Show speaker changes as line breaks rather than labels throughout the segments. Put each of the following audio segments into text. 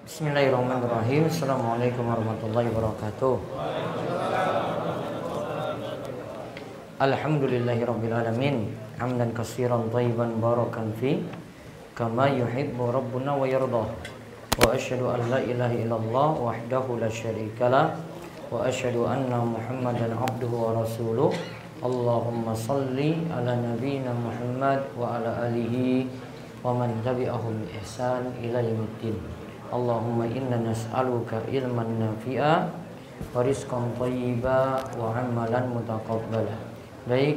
Bismillahirrahmanirrahim. Assalamualaikum warahmatullahi wabarakatuh. Alhamdulillahirabbil alamin. Hamdan katsiran thayyiban barakan fi kama yuhibbu rabbuna wa yardah. Wa asyhadu an la ilaha illallah wahdahu la syarikalah wa asyhadu anna Muhammadan abduhu wa rasuluh. Allahumma salli ala nabiyyina Muhammad wa ala alihi wa man tabi'ahum bi ihsan ila yaumiddin. Allahumma inna nas'aluka ilman nafi'a wa rizqan thayyiba wa amalan mutaqabbala. Baik,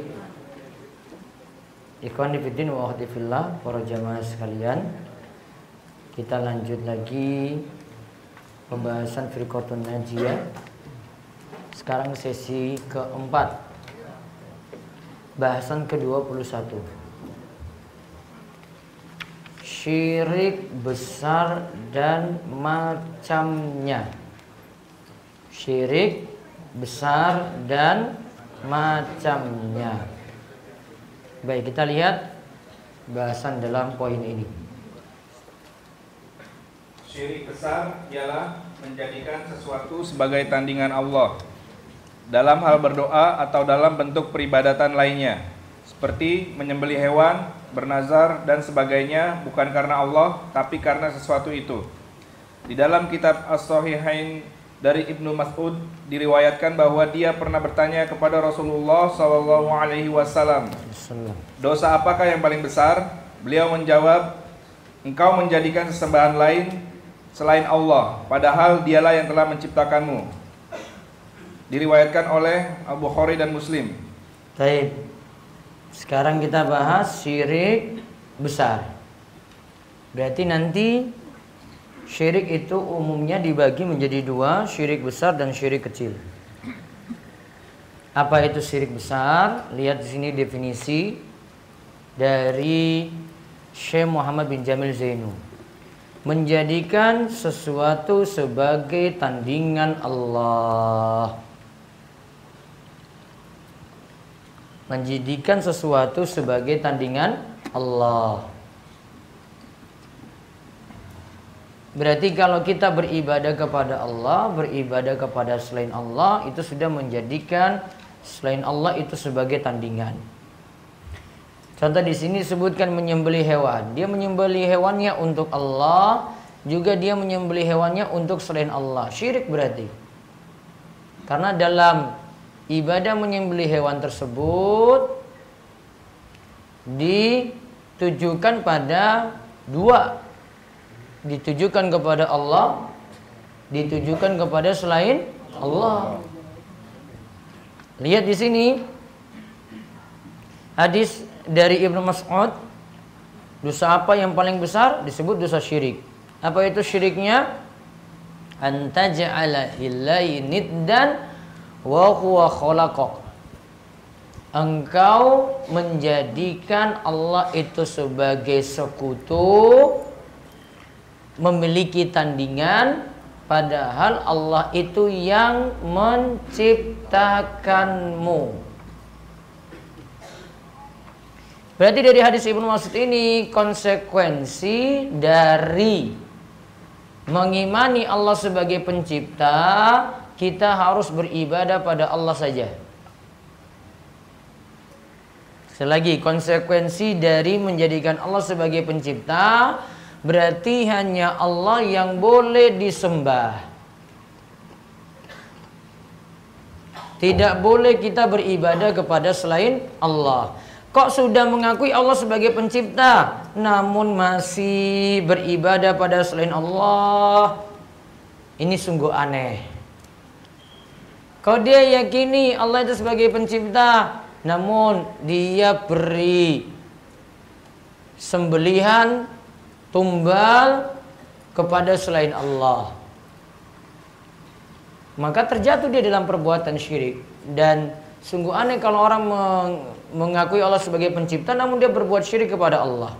ikhwan fillah wa akhwati fillah, para jamaah sekalian, kita lanjut lagi pembahasan Firqatun Najiyah. Sekarang sesi keempat, bahasan ke-21, syirik besar dan macamnya. Syirik besar dan macamnya. Baik, kita lihat bahasan dalam poin ini.
Syirik besar ialah menjadikan sesuatu sebagai tandingan Allah dalam hal berdoa atau dalam bentuk peribadatan lainnya, seperti menyembelih hewan, bernazar dan sebagainya, bukan karena Allah tapi karena sesuatu itu. Di dalam kitab As-Sahihain dari Ibnu Mas'ud diriwayatkan bahwa dia pernah bertanya kepada Rasulullah SAW, dosa apakah yang paling besar? Beliau menjawab, engkau menjadikan sesembahan lain selain Allah, padahal dialah yang telah menciptakanmu. Diriwayatkan oleh Al-Bukhari dan Muslim.
Baik, sekarang kita bahas syirik besar. Berarti nanti syirik itu umumnya dibagi menjadi dua, syirik besar dan syirik kecil. Apa itu syirik besar? Lihat di sini definisi dari Syekh Muhammad bin Jamil Zainu. Menjadikan sesuatu sebagai tandingan Allah. Menjadikan sesuatu sebagai tandingan Allah. Berarti kalau kita beribadah kepada Allah, beribadah kepada selain Allah, itu sudah menjadikan selain Allah itu sebagai tandingan. Contoh di sini sebutkan menyembelih hewan. Dia menyembelih hewannya untuk Allah, juga dia menyembelih hewannya untuk selain Allah. Syirik berarti. Karena dalam ibadah menyembelih hewan tersebut ditujukan pada dua, ditujukan kepada Allah, ditujukan kepada selain Allah. Lihat di sini hadis dari Ibnu Mas'ud, dosa apa yang paling besar? Disebut dosa syirik. Apa itu syiriknya? Antaj'ala lillahi niddan wa huwa khalaqak. Engkau menjadikan Allah itu sebagai sekutu, memiliki tandingan, padahal Allah itu yang menciptakanmu. Berarti dari hadis Ibnu Mas'ud ini konsekuensi dari mengimani Allah sebagai pencipta, kita harus beribadah pada Allah saja. Sekali lagi, konsekuensi dari menjadikan Allah sebagai pencipta berarti hanya Allah yang boleh disembah. Tidak boleh kita beribadah kepada selain Allah. Kok sudah mengakui Allah sebagai pencipta, namun masih beribadah pada selain Allah? Ini sungguh aneh. Kalau dia yakini Allah itu sebagai pencipta, namun dia beri sembelihan tumbal kepada selain Allah, maka terjatuh dia dalam perbuatan syirik. Dan sungguh aneh kalau orang mengakui Allah sebagai pencipta namun dia berbuat syirik kepada Allah.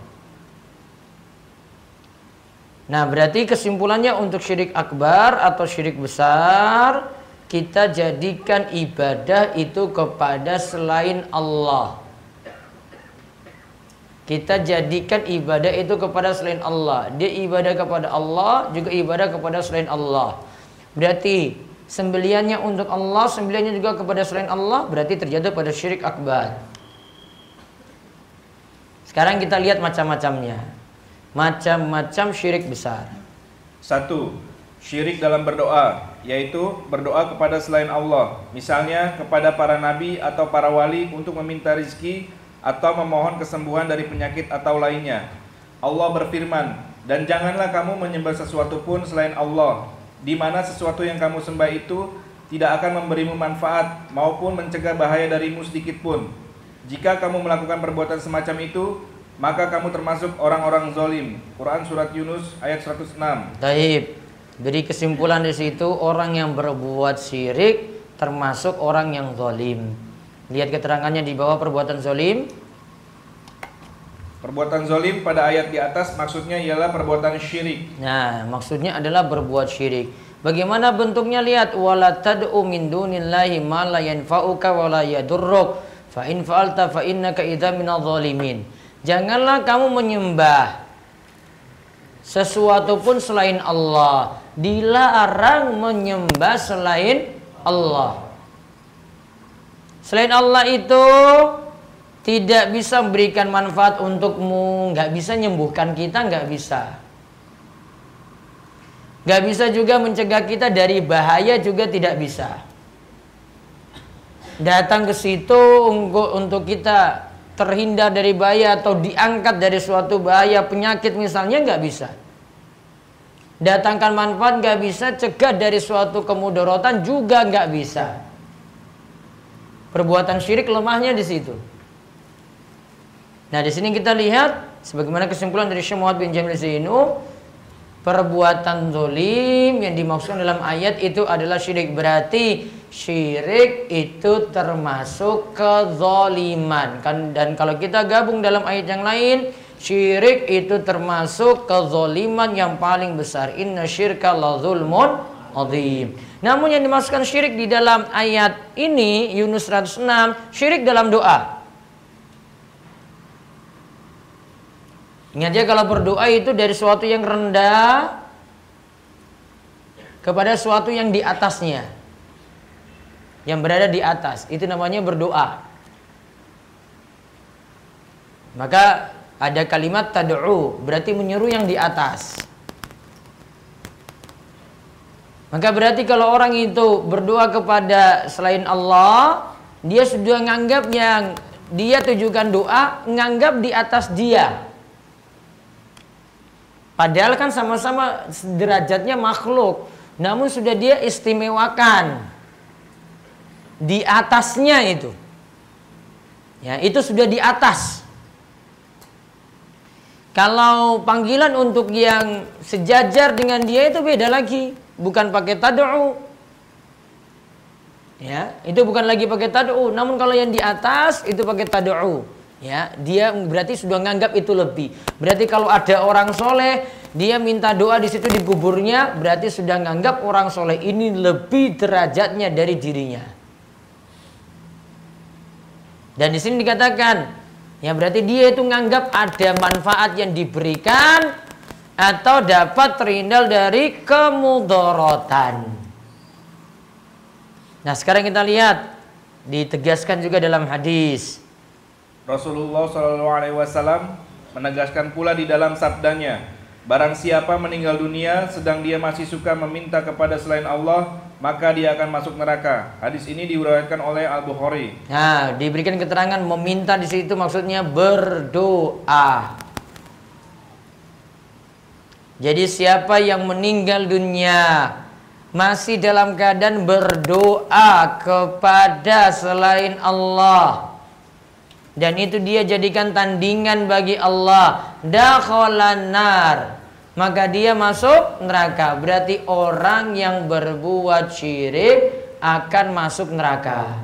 Nah, berarti kesimpulannya untuk syirik akbar atau syirik besar, kita jadikan ibadah itu kepada selain Allah. Kita jadikan ibadah itu kepada selain Allah. Dia ibadah kepada Allah, juga ibadah kepada selain Allah. Berarti sembeliannya untuk Allah, sembeliannya juga kepada selain Allah, berarti terjadi pada syirik akbar. Sekarang kita lihat macam-macamnya. Macam-macam syirik besar.
1. Syirik dalam berdoa, yaitu berdoa kepada selain Allah. Misalnya kepada para nabi atau para wali untuk meminta rizki atau memohon kesembuhan dari penyakit atau lainnya. Allah berfirman, dan janganlah kamu menyembah sesuatu pun selain Allah, di mana sesuatu yang kamu sembah itu tidak akan memberimu manfaat maupun mencegah bahaya darimu sedikit pun. Jika kamu melakukan perbuatan semacam itu, maka kamu termasuk orang-orang zalim. Quran surat Yunus ayat 106.
Taib. Dari kesimpulan di situ, orang yang berbuat syirik termasuk orang yang zalim. Lihat keterangannya di bawah perbuatan zalim.
Perbuatan zalim pada ayat di atas maksudnya ialah perbuatan syirik.
Nah, maksudnya adalah berbuat syirik. Bagaimana bentuknya? Lihat, wala tad'u min dunillahi ma la yanfa'uka wa la yadurruk fa in fa'alta fa innaka idza minadh dhalimin. Janganlah kamu menyembah sesuatu pun selain Allah. Dilarang menyembah selain Allah. Selain Allah itu tidak bisa memberikan manfaat untukmu, nggak bisa menyembuhkan kita, nggak bisa. Nggak bisa juga mencegah kita dari bahaya, juga tidak bisa. Datang ke situ untuk kita terhindar dari bahaya atau diangkat dari suatu bahaya, penyakit misalnya, nggak bisa. Datangkan manfaat nggak bisa, cegah dari suatu kemudaratan juga nggak bisa. Perbuatan syirik lemahnya di situ. Nah, di sini kita lihat sebagaimana kesimpulan dari Syekh Muhammad bin Jamil Zainu, perbuatan zalim yang dimaksudkan dalam ayat itu adalah syirik. Berarti syirik itu termasuk kezaliman kan, dan kalau kita gabung dalam ayat yang lain, syirik itu termasuk kezaliman yang paling besar. Inna syirka la zulmun azim. Namun yang dimasukkan syirik di dalam ayat ini Yunus 106, syirik dalam doa. Ingat ya, kalau berdoa itu dari sesuatu yang rendah kepada sesuatu yang di atasnya, yang berada di atas, itu namanya berdoa. Maka ada kalimat tad'u, berarti menyeru yang di atas. Maka berarti kalau orang itu berdoa kepada selain Allah, dia sudah menganggap yang dia tujukan doa, menganggap di atas dia. Padahal kan sama-sama derajatnya makhluk, namun sudah dia istimewakan di atasnya itu. Ya, itu sudah di atas. Kalau panggilan untuk yang sejajar dengan dia itu beda lagi, bukan pakai tad'u. Ya, itu bukan lagi pakai tad'u, namun kalau yang di atas itu pakai tad'u. Ya, dia berarti sudah nganggap itu lebih. Berarti kalau ada orang soleh, dia minta doa di situ di kuburnya, berarti sudah nganggap orang soleh ini lebih derajatnya dari dirinya. Dan di sini dikatakan, ya berarti dia itu nganggap ada manfaat yang diberikan atau dapat terhindar dari kemudaratan. Nah, sekarang kita lihat ditegaskan juga dalam hadis.
Rasulullah SAW menegaskan pula di dalam sabdanya, barang siapa meninggal dunia sedang dia masih suka meminta kepada selain Allah, maka dia akan masuk neraka. Hadis ini diriwayatkan oleh Al-Bukhari.
Nah, diberikan keterangan meminta di situ maksudnya berdoa. Jadi siapa yang meninggal dunia masih dalam keadaan berdoa kepada selain Allah, dan itu dia jadikan tandingan bagi Allah, dakhalan nar, maka dia masuk neraka. Berarti orang yang berbuat syirik akan masuk neraka.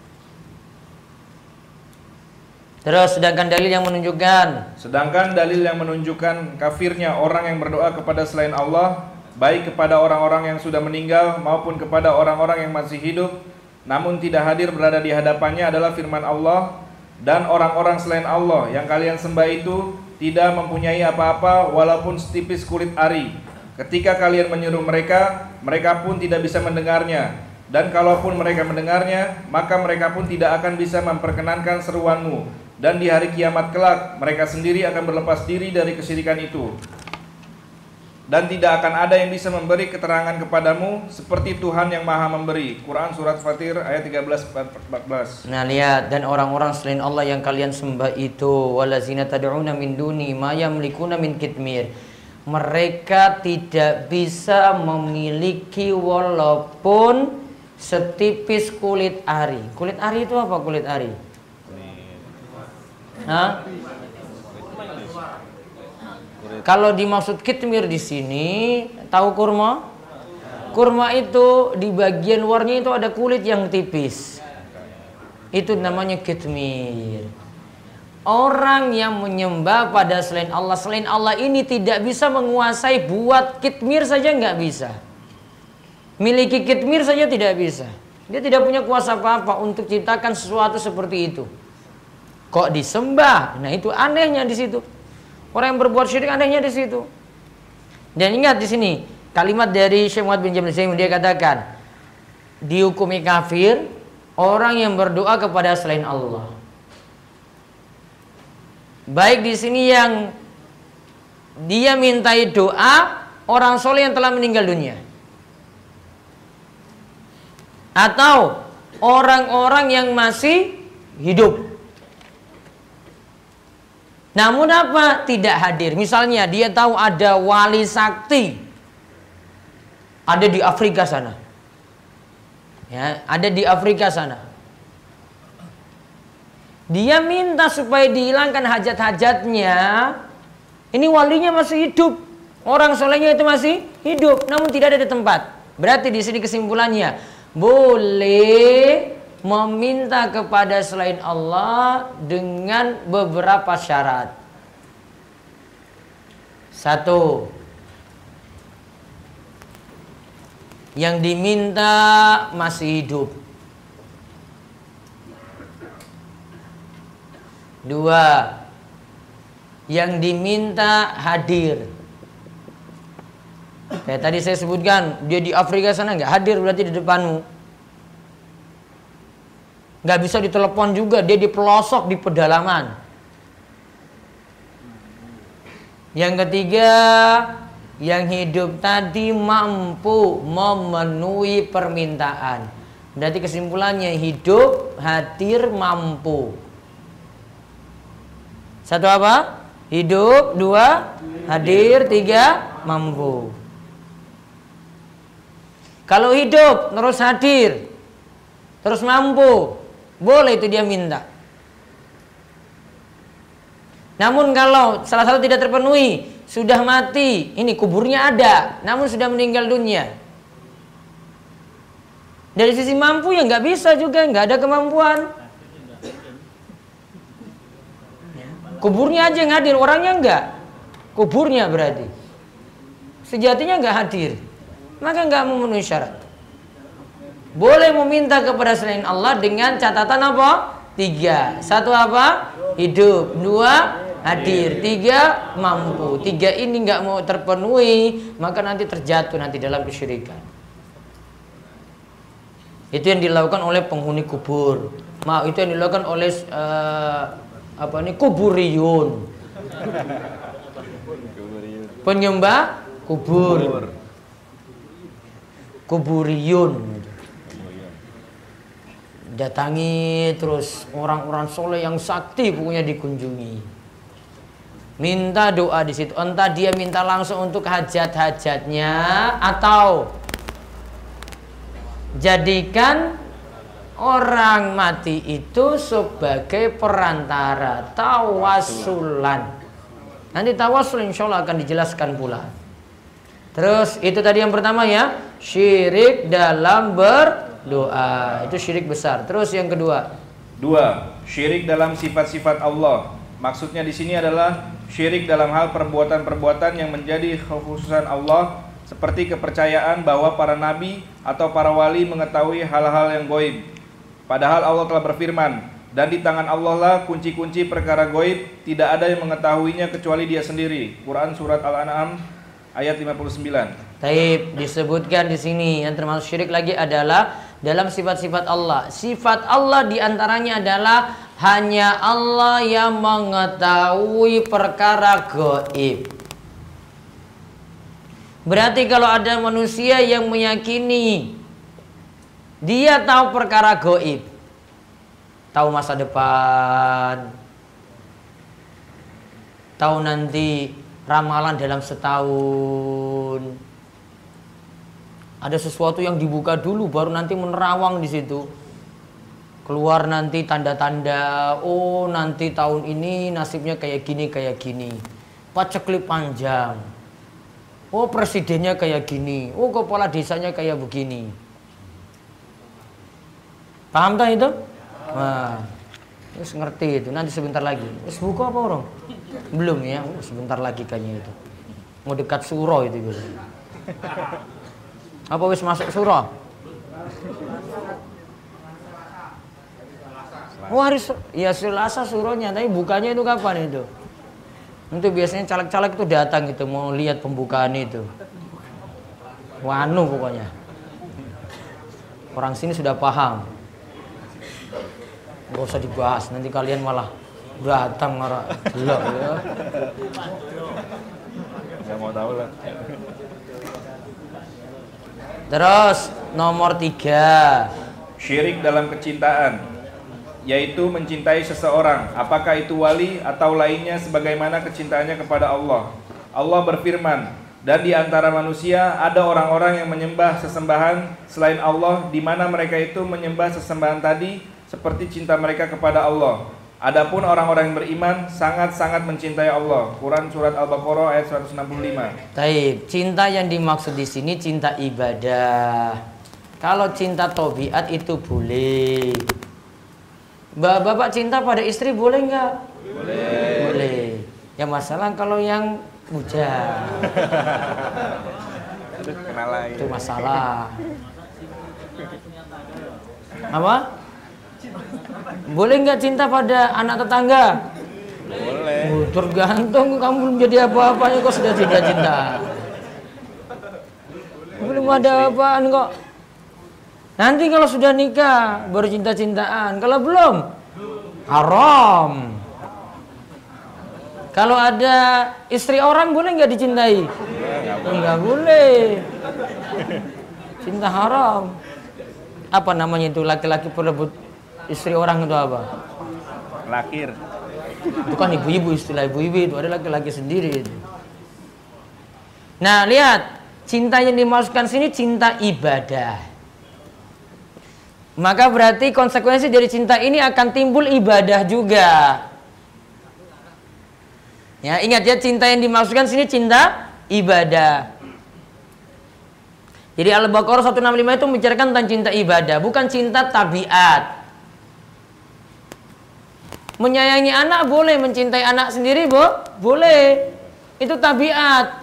Terus sedangkan dalil yang menunjukkan kafirnya orang yang berdoa kepada selain Allah, baik kepada orang-orang yang sudah meninggal maupun kepada orang-orang yang masih hidup namun tidak hadir berada di hadapannya, adalah firman Allah,
Dan orang-orang selain Allah yang kalian sembah itu tidak mempunyai apa-apa walaupun setipis kulit ari. Ketika kalian menyuruh mereka, mereka pun tidak bisa mendengarnya. Dan kalaupun mereka mendengarnya, maka mereka pun tidak akan bisa memperkenankan seruanmu. Dan di hari kiamat kelak, mereka sendiri akan berlepas diri dari kesyirikan itu. Dan tidak akan ada yang bisa memberi keterangan kepadamu seperti Tuhan yang Maha Memberi. Quran Surat Fatir ayat 13-14.
Nah lihat, dan orang-orang selain Allah yang kalian sembah itu, walazina tad'una min duni ma yamlikuna min kitmir. Mereka tidak bisa memiliki walaupun setipis kulit ari. Kulit ari itu apa kulit ari? Hah? Kalau dimaksud kitmir di sini, tahu kurma? Kurma itu di bagian luarnya itu ada kulit yang tipis. Itu namanya kitmir. Orang yang menyembah pada selain Allah ini tidak bisa menguasai buat kitmir saja nggak bisa. Miliki kitmir saja tidak bisa. Dia tidak punya kuasa apa-apa untuk ciptakan sesuatu seperti itu. Kok disembah? Nah itu anehnya di situ. Orang yang berbuat syirik anehnya di situ. Dan ingat di sini kalimat dari Syekh Muhammad bin Jamil Zaim, dia katakan dihukumi kafir orang yang berdoa kepada selain Allah. Baik di sini yang dia mintai doa orang soleh yang telah meninggal dunia, atau orang-orang yang masih hidup. Namun apa? Tidak hadir. Misalnya dia tahu ada wali sakti ada di Afrika sana. Ya, ada di Afrika sana. Dia minta supaya dihilangkan hajat-hajatnya. Ini walinya masih hidup. Orang solehnya itu masih hidup, namun tidak ada di tempat. Berarti di sini kesimpulannya, boleh meminta kepada selain Allah dengan beberapa syarat. Satu, yang diminta masih hidup. Dua, yang diminta hadir. Kayak tadi saya sebutkan, dia di Afrika sana nggak hadir, berarti di depanmu. Nggak bisa ditelepon juga, dia di pelosok, di pedalaman. Yang ketiga, yang hidup tadi mampu memenuhi permintaan. Berarti kesimpulannya hidup, hadir, mampu. Satu apa? Hidup. Dua, hadir. Tiga, mampu. Kalau hidup terus hadir, terus mampu, boleh itu dia minta. Namun kalau salah satu tidak terpenuhi, sudah mati, ini kuburnya ada, namun sudah meninggal dunia. Dari sisi mampu ya nggak bisa juga, nggak ada kemampuan. Kuburnya aja yang hadir, orangnya enggak. Kuburnya berarti sejatinya nggak hadir, maka nggak memenuhi syarat. Boleh meminta kepada selain Allah dengan catatan apa? Tiga. Satu apa? Hidup. Dua, hadir. Tiga, mampu. Tiga ini nggak mau terpenuhi, maka nanti terjatuh nanti dalam kesyirikan. Itu yang dilakukan oleh penghuni kubur. Itu yang dilakukan oleh kuburiyun. Penyembah kubur. Kuburiyun. Datangi terus orang-orang soleh yang sakti pokoknya dikunjungi. Minta doa di situ. Entah dia minta langsung untuk hajat-hajatnya atau jadikan orang mati itu sebagai perantara, tawasulan. Nanti tawasul insya Allah akan dijelaskan pula. Terus itu tadi yang pertama ya, syirik dalam berdoa, itu syirik besar. Terus yang kedua,
syirik dalam sifat-sifat Allah. Maksudnya di sini adalah syirik dalam hal perbuatan-perbuatan yang menjadi kekhususan Allah, seperti kepercayaan bahwa para nabi atau para wali mengetahui hal-hal yang gaib. Padahal Allah telah berfirman, Dan di tangan Allah lah kunci-kunci perkara gaib, tidak ada yang mengetahuinya kecuali Dia sendiri. Quran surat Al-An'am ayat 59.
Taib, disebutkan di sini yang termasuk syirik lagi adalah dalam sifat-sifat Allah. Sifat Allah diantaranya adalah hanya Allah yang mengetahui perkara gaib. Berarti kalau ada manusia yang meyakini dia tahu perkara gaib, tahu masa depan, tahu nanti ramalan dalam setahun, ada sesuatu yang dibuka dulu baru nanti menerawang di situ. Keluar nanti tanda-tanda, oh nanti tahun ini nasibnya kayak gini, paceklik panjang. Oh presidennya kayak gini, oh kepala desanya kayak begini. Paham tak itu? Nah, terus ngerti itu. Nanti sebentar lagi. Terus buku apa orang? Belum ya, sebentar lagi kayaknya itu. Mau dekat surah itu gitu. Apa wis masuk surah? Oh hari ya Selasa surahnya, tapi bukanya itu kapan itu? Itu biasanya caleg-caleg itu datang gitu mau lihat pembukaan itu. Wanu pokoknya. Orang sini sudah paham. Gak usah dibahas, nanti kalian malah datang marah gelap ya.
Gak mau tahu lah.
Terus nomor 3,
Syirik dalam kecintaan, yaitu mencintai seseorang, apakah itu wali atau lainnya sebagaimana kecintaannya kepada Allah. Allah berfirman, dan di antara manusia ada orang-orang yang menyembah sesembahan selain Allah, di mana mereka itu menyembah sesembahan tadi seperti cinta mereka kepada Allah. Adapun orang-orang yang beriman sangat-sangat mencintai Allah. Quran surat Al-Baqarah ayat 165.
Taib, cinta yang dimaksud di sini cinta ibadah. Kalau cinta tabiat itu boleh. Bapak cinta pada istri boleh nggak?
Boleh.
Boleh. Ya masalah kalau yang bujang. Itu masalah. Apa? Boleh nggak cinta pada anak tetangga?
Boleh.
Tergantung kamu belum jadi apa-apanya kok sudah cinta-cinta. Belum ada apaan kok. Nanti kalau sudah nikah baru cinta-cintaan. Kalau belum haram. Kalau ada istri orang boleh nggak dicintai? Nggak boleh. Cinta haram. Apa namanya itu laki-laki perebut istri orang itu apa?
Lakir.
Itu kan ibu-ibu, istilah ibu-ibu itu ada laki-laki sendiri itu. Nah lihat, cinta yang dimaksudkan sini cinta ibadah. Maka berarti konsekuensi dari cinta ini akan timbul ibadah juga. Ya, ingat ya, cinta yang dimaksudkan sini cinta ibadah. Jadi Al-Baqarah 165 itu membicarakan tentang cinta ibadah, bukan cinta tabiat. Menyayangi anak boleh, mencintai anak sendiri boleh. Itu tabiat.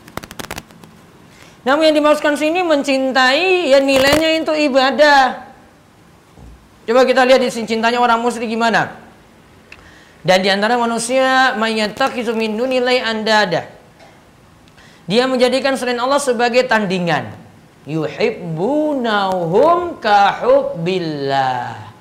Namun yang dimaksudkan sini mencintai, ya nilainya itu ibadah. Coba kita lihat di sini cintanya orang musyrik gimana. Dan di antara manusia mayyattakhidzu min dunillahi andada. Dia menjadikan selain Allah sebagai tandingan. Yuhibbunahum kahubbillah.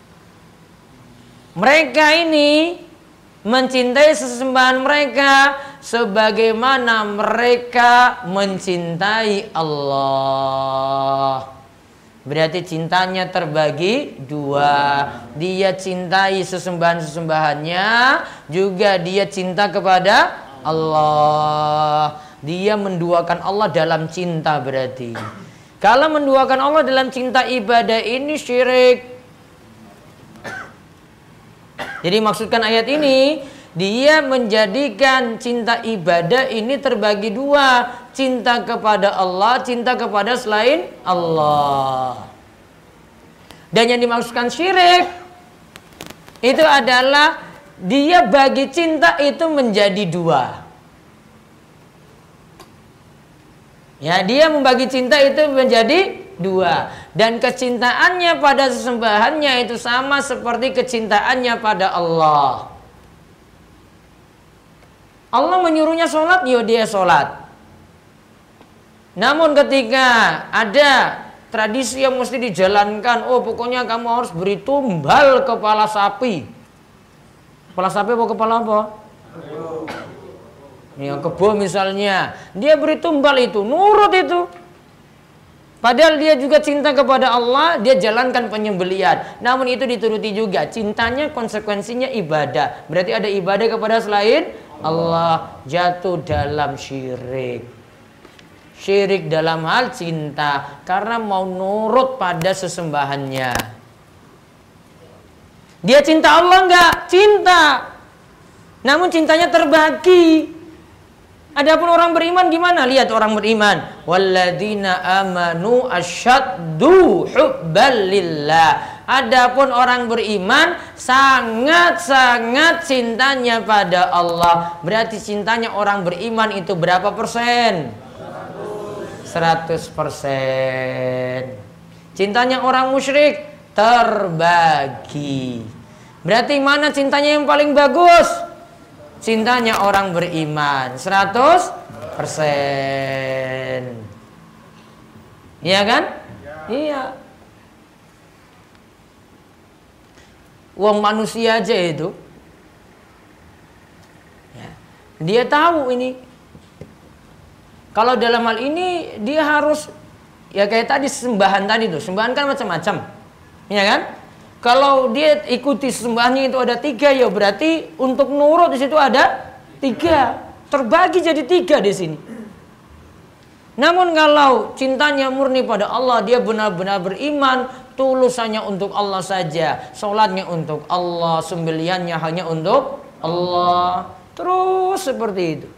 Mereka ini mencintai sesembahan mereka sebagaimana mereka mencintai Allah. Berarti cintanya terbagi dua. Dia cintai sesembahan-sesembahannya, juga dia cinta kepada Allah. Dia menduakan Allah dalam cinta berarti. Kalau menduakan Allah dalam cinta ibadah ini syirik. Jadi maksudkan ayat ini, dia menjadikan cinta ibadah ini terbagi dua. Cinta kepada Allah, cinta kepada selain Allah. Dan yang dimaksudkan syirik itu adalah dia bagi cinta itu menjadi dua. Ya, dia membagi cinta itu menjadi dua. Dan kecintaannya pada sesembahannya itu sama seperti kecintaannya pada Allah. Allah menyuruhnya sholat, ya dia sholat. Namun ketika ada tradisi yang mesti dijalankan, oh pokoknya kamu harus beri tumbal kepala sapi. Kepala sapi apa kepala apa? Ya, kebo misalnya. Dia beri tumbal itu, nurut itu. Padahal dia juga cinta kepada Allah, dia jalankan penyembelihan. Namun itu dituruti juga. Cintanya konsekuensinya ibadah. Berarti ada ibadah kepada selain Allah, jatuh dalam syirik. Syirik dalam hal cinta karena mau nurut pada sesembahannya. Dia cinta Allah enggak? Cinta. Namun cintanya terbagi. Adapun orang beriman gimana? Lihat orang beriman. Walladzina amanu asyaddu hubbalillah. Adapun orang beriman sangat-sangat cintanya pada Allah. Berarti cintanya orang beriman itu berapa persen? 100%. Cintanya orang musyrik terbagi. Berarti mana cintanya yang paling bagus? Cintanya orang beriman 100%. Iya kan? Iya. Wong manusia aja itu ya, dia tahu ini. Kalau dalam hal ini dia harus ya kayak tadi sembahan tadi tuh. Sembahan kan macam-macam. Iya kan? Kalau dia ikuti sembahannya itu ada 3, ya berarti untuk nurut di situ ada 3, terbagi jadi 3 di sini. Namun kalau cintanya murni pada Allah, dia benar-benar beriman, tulus hanya untuk Allah saja, sholatnya untuk Allah, sembelihannya hanya untuk Allah, terus seperti itu.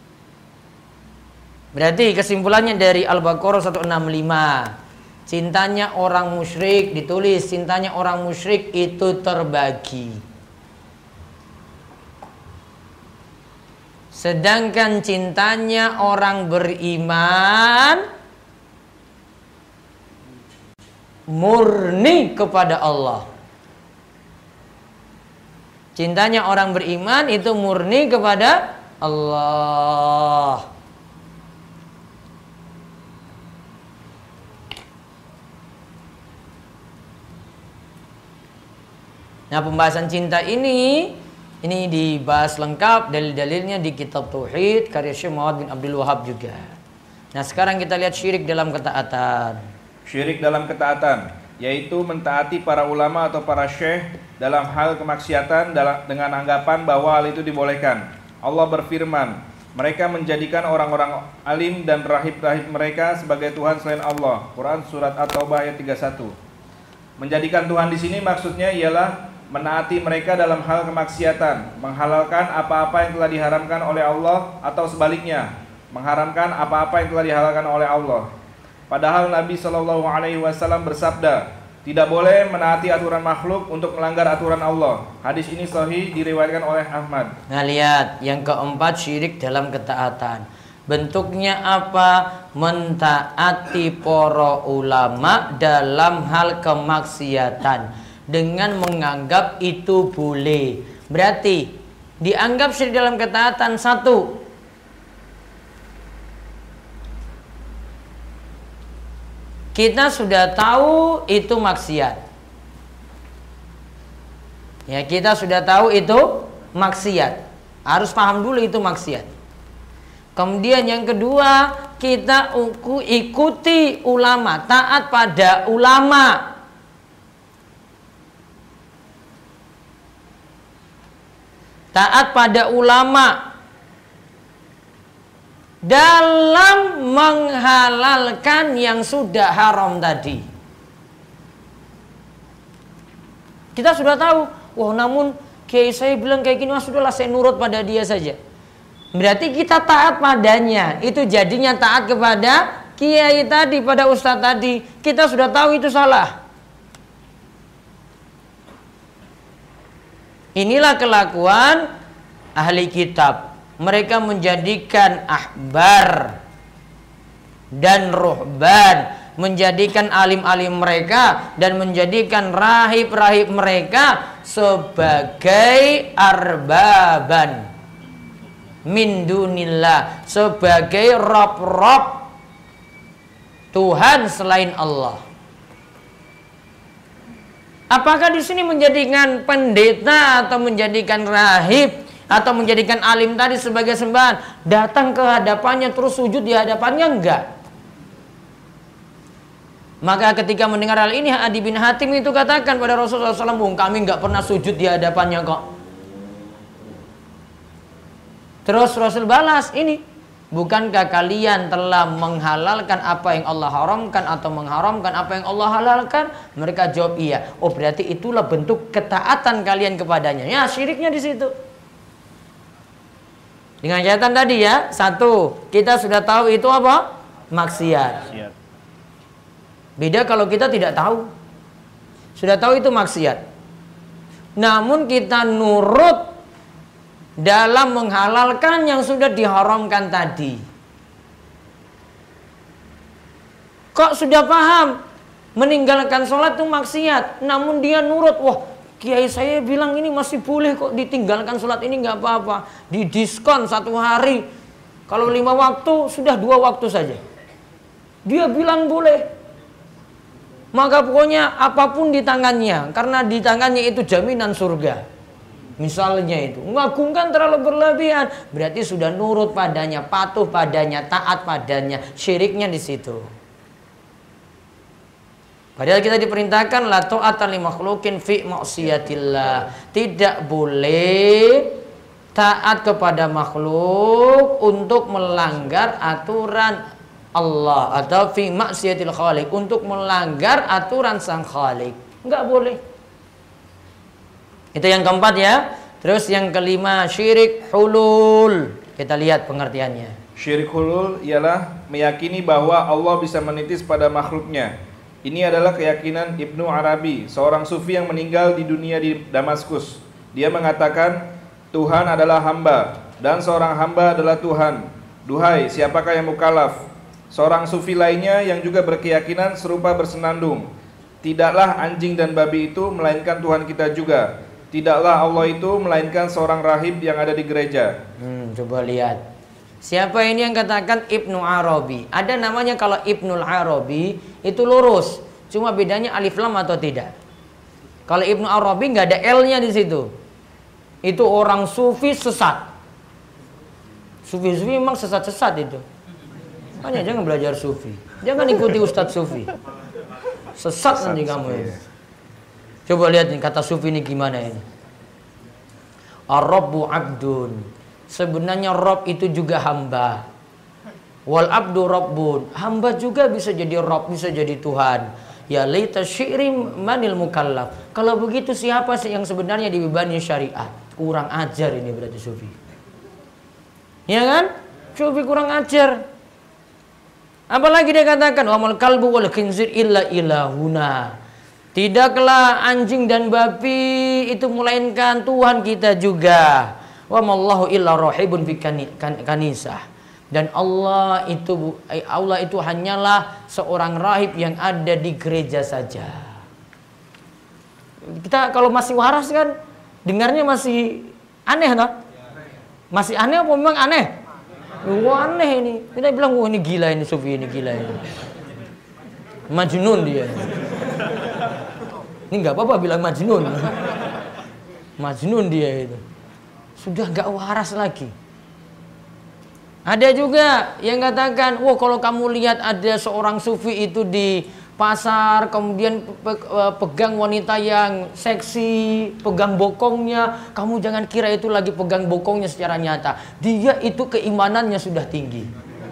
Berarti kesimpulannya dari Al-Baqarah 165. Cintanya orang musyrik ditulis, cintanya orang musyrik itu terbagi. Sedangkan cintanya orang beriman murni kepada Allah. Cintanya orang beriman itu murni kepada Allah. Nah, pembahasan cinta ini dibahas lengkap dalil-dalilnya di kitab Tauhid karya Syekh Muhammad bin Abdul Wahab juga. Nah, sekarang kita lihat syirik dalam ketaatan.
Syirik dalam ketaatan yaitu mentaati para ulama atau para syekh dalam hal kemaksiatan dengan anggapan bahwa hal itu dibolehkan. Allah berfirman, mereka menjadikan orang-orang alim dan rahib-rahib mereka sebagai Tuhan selain Allah. Quran surat At-Taubah ayat 31. Menjadikan Tuhan di sini maksudnya ialah menaati mereka dalam hal kemaksiatan, menghalalkan apa-apa yang telah diharamkan oleh Allah atau sebaliknya, mengharamkan apa-apa yang telah dihalalkan oleh Allah. Padahal Nabi SAW bersabda, tidak boleh menaati aturan makhluk untuk melanggar aturan Allah. Hadis ini sahih diriwayatkan oleh Ahmad.
Nah, lihat yang keempat, syirik dalam ketaatan. Bentuknya apa? Mentaati para ulama dalam hal kemaksiatan dengan menganggap itu boleh. Berarti dianggap syirik dalam ketaatan, 1, kita sudah tahu itu maksiat. Ya, kita sudah tahu itu maksiat. Harus paham dulu itu maksiat. Kemudian yang kedua, kita ikuti ulama, taat pada ulama. Taat pada ulama dalam menghalalkan yang sudah haram tadi. Kita sudah tahu, wah namun kiai saya bilang kayak gini, sudahlah saya nurut pada dia saja. Berarti kita taat padanya. Itu jadinya taat kepada kiai tadi, pada ustadz tadi. Kita sudah tahu itu salah. Inilah kelakuan ahli kitab. Mereka menjadikan ahbar dan ruhban menjadikan alim-alim mereka dan menjadikan rahib-rahib mereka sebagai arbaban min dunillah, sebagai rob-rob Tuhan selain Allah. Apakah di sini menjadikan pendeta atau menjadikan rahib atau menjadikan alim tadi sebagai sembahan? Datang ke hadapannya terus sujud di hadapannya? Enggak. Maka ketika mendengar hal ini, Adi bin Hatim itu katakan pada Rasulullah SAW, kami enggak pernah sujud di hadapannya kok. Terus Rasul balas, ini bukankah kalian telah menghalalkan apa yang Allah haramkan atau mengharamkan apa yang Allah halalkan? Mereka jawab iya. Oh, berarti itulah bentuk ketaatan kalian kepadanya. Ya, syiriknya di situ. Dengan catatan tadi ya, satu, kita sudah tahu itu apa? Maksiat. Beda kalau kita tidak tahu. Sudah tahu itu maksiat. Namun kita nurut dalam menghalalkan yang sudah diharamkan tadi. Kok sudah paham meninggalkan sholat itu maksiat, namun dia nurut, wah kiai saya bilang ini masih boleh kok ditinggalkan sholat ini, nggak apa-apa, didiskon 1 hari, kalau 5 waktu sudah 2 waktu saja, dia bilang boleh. Maka pokoknya apapun di tangannya, karena di tangannya itu jaminan surga. Misalnya itu mengagungkan terlalu berlebihan, berarti sudah nurut padanya, patuh padanya, taat padanya, syiriknya di situ. Padahal kita diperintahkan la ta'ata li makhluqin fi maksiatillah. Tidak boleh taat kepada makhluk untuk melanggar aturan Allah atau fi maksiatil khaliq, untuk melanggar aturan sang khaliq. Enggak boleh. Itu yang keempat ya. Terus yang kelima, syirik hulul. Kita lihat pengertiannya.
Syirik hulul ialah meyakini bahwa Allah bisa menitis pada makhluknya. Ini adalah keyakinan Ibnu Arabi, seorang sufi yang meninggal di dunia di Damaskus. Dia mengatakan, Tuhan adalah hamba dan seorang hamba adalah Tuhan. Duhai, siapakah yang mukallaf? Seorang sufi lainnya yang juga berkeyakinan serupa bersenandung. Tidaklah anjing dan babi itu melainkan Tuhan kita juga. Tidaklah Allah itu melainkan seorang rahib yang ada di gereja.
Coba lihat. Siapa ini yang katakan Ibnu Arabi? Ada namanya kalau Ibnul Arabi itu lurus. Cuma bedanya alif lam atau tidak. Kalau Ibnu Arabi nggak ada L-nya di situ. Itu orang sufi sesat. Sufi-sufi memang sesat-sesat itu. Makanya jangan belajar sufi. Jangan ikuti ustadz sufi. Sesat nanti kamu ini. Coba lihat nih kata sufi ini gimana ini. Ar-Rabbu abdun. Sebenarnya Rabb itu juga hamba. Wal abdu rabbun. Hamba juga bisa jadi Rabb, bisa jadi Tuhan. Ya laita syi'ri manil mukallaf. Kalau begitu siapa sih yang sebenarnya dibebani syariat? Kurang ajar ini berarti sufi. Ya kan? Sufi kurang ajar. Apalagi dia katakan wamal kalbu wal khinzir illa ilahuna. Tidaklah anjing dan babi itu melainkan Tuhan kita juga. Wa mallahu illa rahibun fi kanisah. Dan Allah itu hanyalah seorang rahib yang ada di gereja saja. Kita kalau masih waras kan dengarnya masih aneh toh? Masih aneh apa memang aneh? Wah, aneh ini. Kita bilang wah ini gila ini sufi ini gila ini. Majnun dia. Ini nggak apa-apa bilang majnun. Majnun dia itu. Sudah nggak waras lagi. Ada juga yang katakan, wah kalau kamu lihat ada seorang sufi itu di pasar, kemudian pegang wanita yang seksi, pegang bokongnya, kamu jangan kira itu lagi pegang bokongnya secara nyata. Dia itu keimanannya sudah tinggi.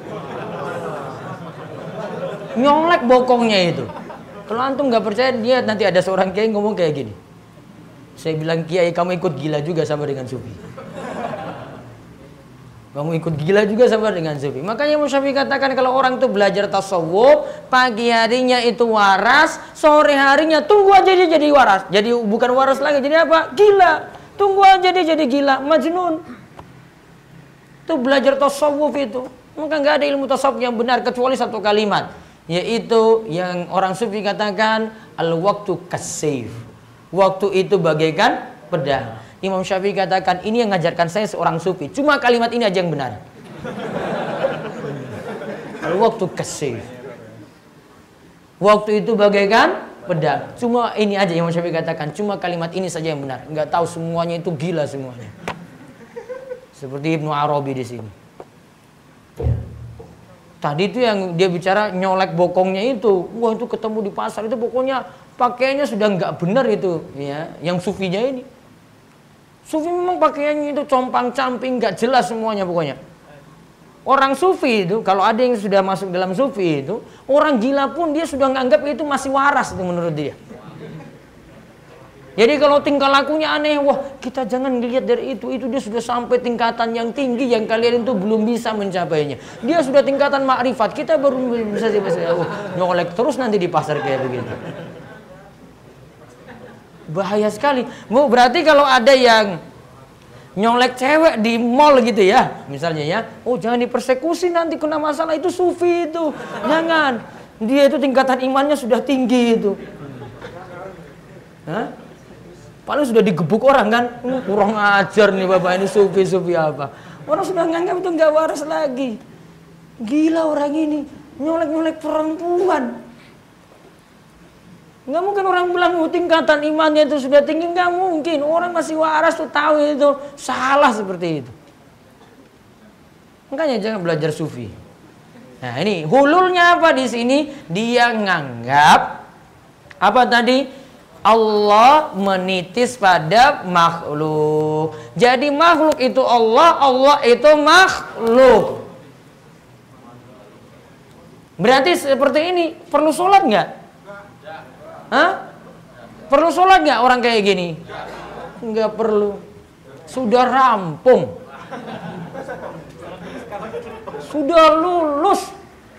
Nyolek bokongnya itu. Kalau antum nggak percaya, dia nanti ada seorang kiai ngomong kayak gini. Saya bilang, kiai kamu ikut gila juga sama dengan sufi. Kamu ikut gila juga sama dengan sufi. Makanya Imam Syafi'i katakan kalau orang itu belajar tasawuf, pagi harinya itu waras, sore harinya tunggu aja dia jadi waras. Jadi bukan waras lagi, jadi apa? Gila. Tunggu aja dia jadi gila, majnun. Itu belajar tasawuf itu. Maka nggak ada ilmu tasawuf yang benar kecuali satu kalimat. yaitu yang orang sufi katakan al-waktu kasayf. Waktu itu bagaikan pedang. Imam Syafi'i katakan ini yang mengajarkan saya seorang sufi. Cuma kalimat ini aja yang benar. Al-waktu kasayf. Waktu itu bagaikan pedang. Cuma ini aja yang Imam Syafi'i katakan. Cuma kalimat ini saja yang benar. Enggak tahu semuanya itu gila semuanya. Seperti Ibnu Arabi di sini. Tadi itu yang dia bicara nyolek bokongnya itu. Wah, itu ketemu di pasar itu pokoknya pakaiannya sudah nggak benar itu, ya. Yang sufinya ini. Sufi memang pakaiannya itu compang-camping, nggak jelas semuanya pokoknya. Orang sufi itu, kalau ada yang sudah masuk dalam sufi itu, orang gila pun dia sudah nganggap itu masih waras itu menurut dia. Jadi kalau tingkah lakunya aneh, wah kita jangan lihat dari itu dia sudah sampai tingkatan yang tinggi yang kalian itu belum bisa mencapainya. Dia sudah tingkatan makrifat, kita baru bisa nyolek terus nanti di pasar kayak begitu. Bahaya sekali. Berarti kalau ada yang nyolek cewek di mall gitu ya, misalnya ya, oh jangan dipersekusi nanti kena masalah, itu sufi itu. Jangan. Dia itu tingkatan imannya sudah tinggi itu. Hah? Paling sudah digebuk orang kan, kurang ajar nih bapak ini sufi apa. Orang sudah nganggap itu nggak waras lagi. Gila orang ini, nyolek-nyolek perempuan. Nggak mungkin orang bilang tingkatan imannya itu sudah tinggi, nggak mungkin. Orang masih waras tuh tahu itu salah seperti itu. Makanya jangan belajar sufi. Nah ini hululnya apa di sini? Dia nganggap apa tadi? Allah menitis pada makhluk. Jadi makhluk itu Allah, Allah itu makhluk. Berarti seperti ini perlu sholat nggak? Hah? Perlu sholat nggak orang kayak gini? Nggak perlu. Sudah rampung. Sudah lulus.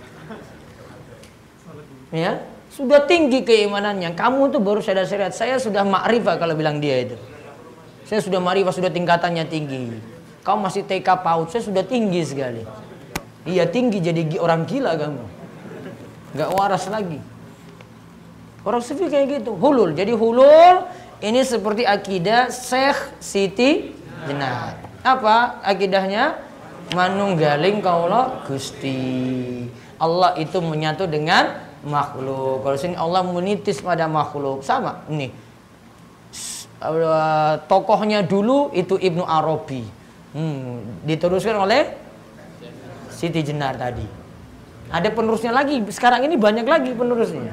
Ya. Sudah tinggi keimanannya. Kamu tuh baru sadar-sadar. Saya sudah makrifah kalau bilang dia itu. Saya sudah makrifah, sudah tingkatannya tinggi. Kamu masih TK PAUD, saya sudah tinggi sekali. Iya tinggi, jadi orang gila kamu. Gak waras lagi. Orang sufi kayak gitu. Hulul. Jadi hulul ini seperti akidah Syekh Siti Jenar. Apa akidahnya? Manunggaling kaula Gusti. Allah itu menyatu dengan makhluk. Kalau sini Allah menitis pada makhluk. Sama nih. Tokohnya dulu itu Ibnu Arabi. Diteruskan oleh Siti Jenar tadi. Ada penerusnya lagi. Sekarang ini banyak lagi penerusnya.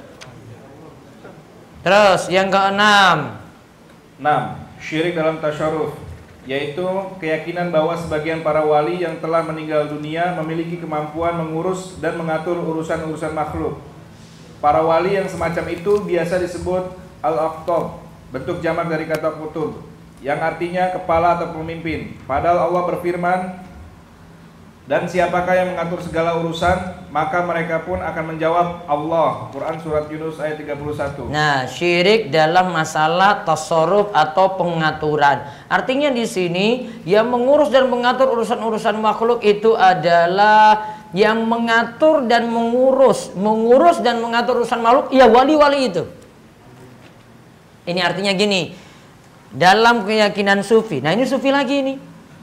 Terus yang keenam.
6. Syirik dalam tasyaruf, yaitu keyakinan bahwa sebagian para wali yang telah meninggal dunia memiliki kemampuan mengurus dan mengatur urusan-urusan makhluk. Para wali yang semacam itu biasa disebut al-aqtab, bentuk jamak dari kata qutub, yang artinya kepala atau pemimpin. Padahal Allah berfirman, dan siapakah yang mengatur segala urusan, maka mereka pun akan menjawab Allah. Quran surat Yunus ayat 31.
Nah, syirik dalam masalah tasarruf atau pengaturan. Artinya di sini yang mengurus dan mengatur urusan-urusan makhluk itu adalah yang mengatur dan mengurus dan mengatur urusan makhluk, ya wali-wali itu. Ini artinya gini, dalam keyakinan sufi. Nah, ini sufi lagi nih.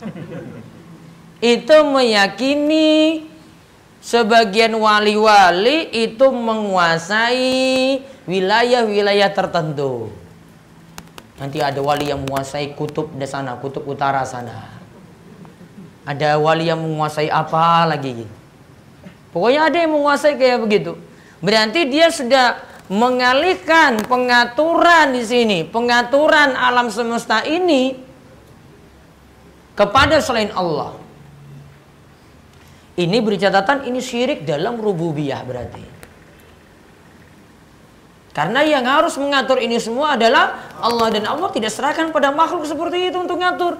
Itu meyakini sebagian wali-wali itu menguasai wilayah-wilayah tertentu. Nanti ada wali yang menguasai kutub di sana, kutub utara sana. Ada wali yang menguasai apa lagi. Pokoknya ada yang menguasai kayak begitu. Berarti dia sudah mengalihkan pengaturan di sini, pengaturan alam semesta ini kepada selain Allah. Ini beri catatan, ini syirik dalam rububiyah berarti. Karena yang harus mengatur ini semua adalah Allah, dan Allah tidak serahkan pada makhluk seperti itu untuk ngatur.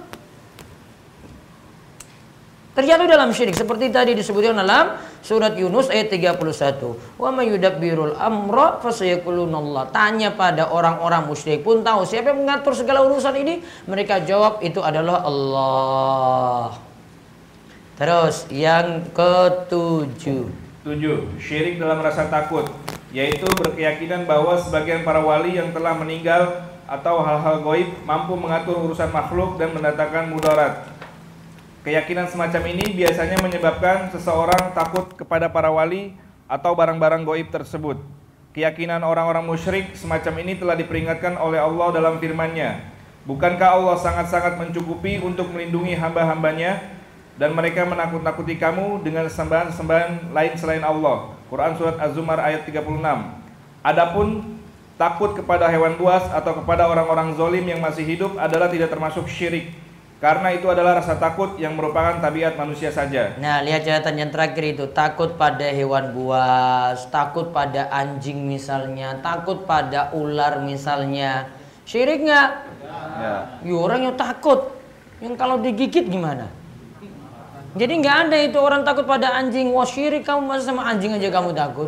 Terjatuh dalam syirik seperti tadi disebutkan dalam surat Yunus ayat 31. Wa may yudabbirul amra fasayaqulunallah. Tanya pada orang-orang musyrik pun tahu siapa yang mengatur segala urusan ini, mereka jawab itu adalah Allah. Terus yang ketujuh.
7. Syirik dalam rasa takut, yaitu berkeyakinan bahwa sebagian para wali yang telah meninggal atau hal-hal gaib mampu mengatur urusan makhluk dan mendatangkan mudarat. Keyakinan semacam ini biasanya menyebabkan seseorang takut kepada para wali atau barang-barang gaib tersebut. Keyakinan orang-orang musyrik semacam ini telah diperingatkan oleh Allah dalam firman-Nya. Bukankah Allah sangat-sangat mencukupi untuk melindungi hamba-hambanya dan mereka menakut-nakuti kamu dengan sembahan-sembahan lain selain Allah. Quran Surat Az-Zumar ayat 36. Adapun takut kepada hewan buas atau kepada orang-orang zolim yang masih hidup adalah tidak termasuk syirik, karena itu adalah rasa takut yang merupakan tabiat manusia saja.
Nah, lihat catatan yang terakhir itu, takut pada hewan buas, takut pada anjing misalnya, takut pada ular misalnya. Syirik nggak?
Ya.
Ya, orang yang takut, yang kalau digigit gimana? Jadi nggak ada itu orang takut pada anjing. Wah, syirik kamu, masa sama anjing aja kamu takut?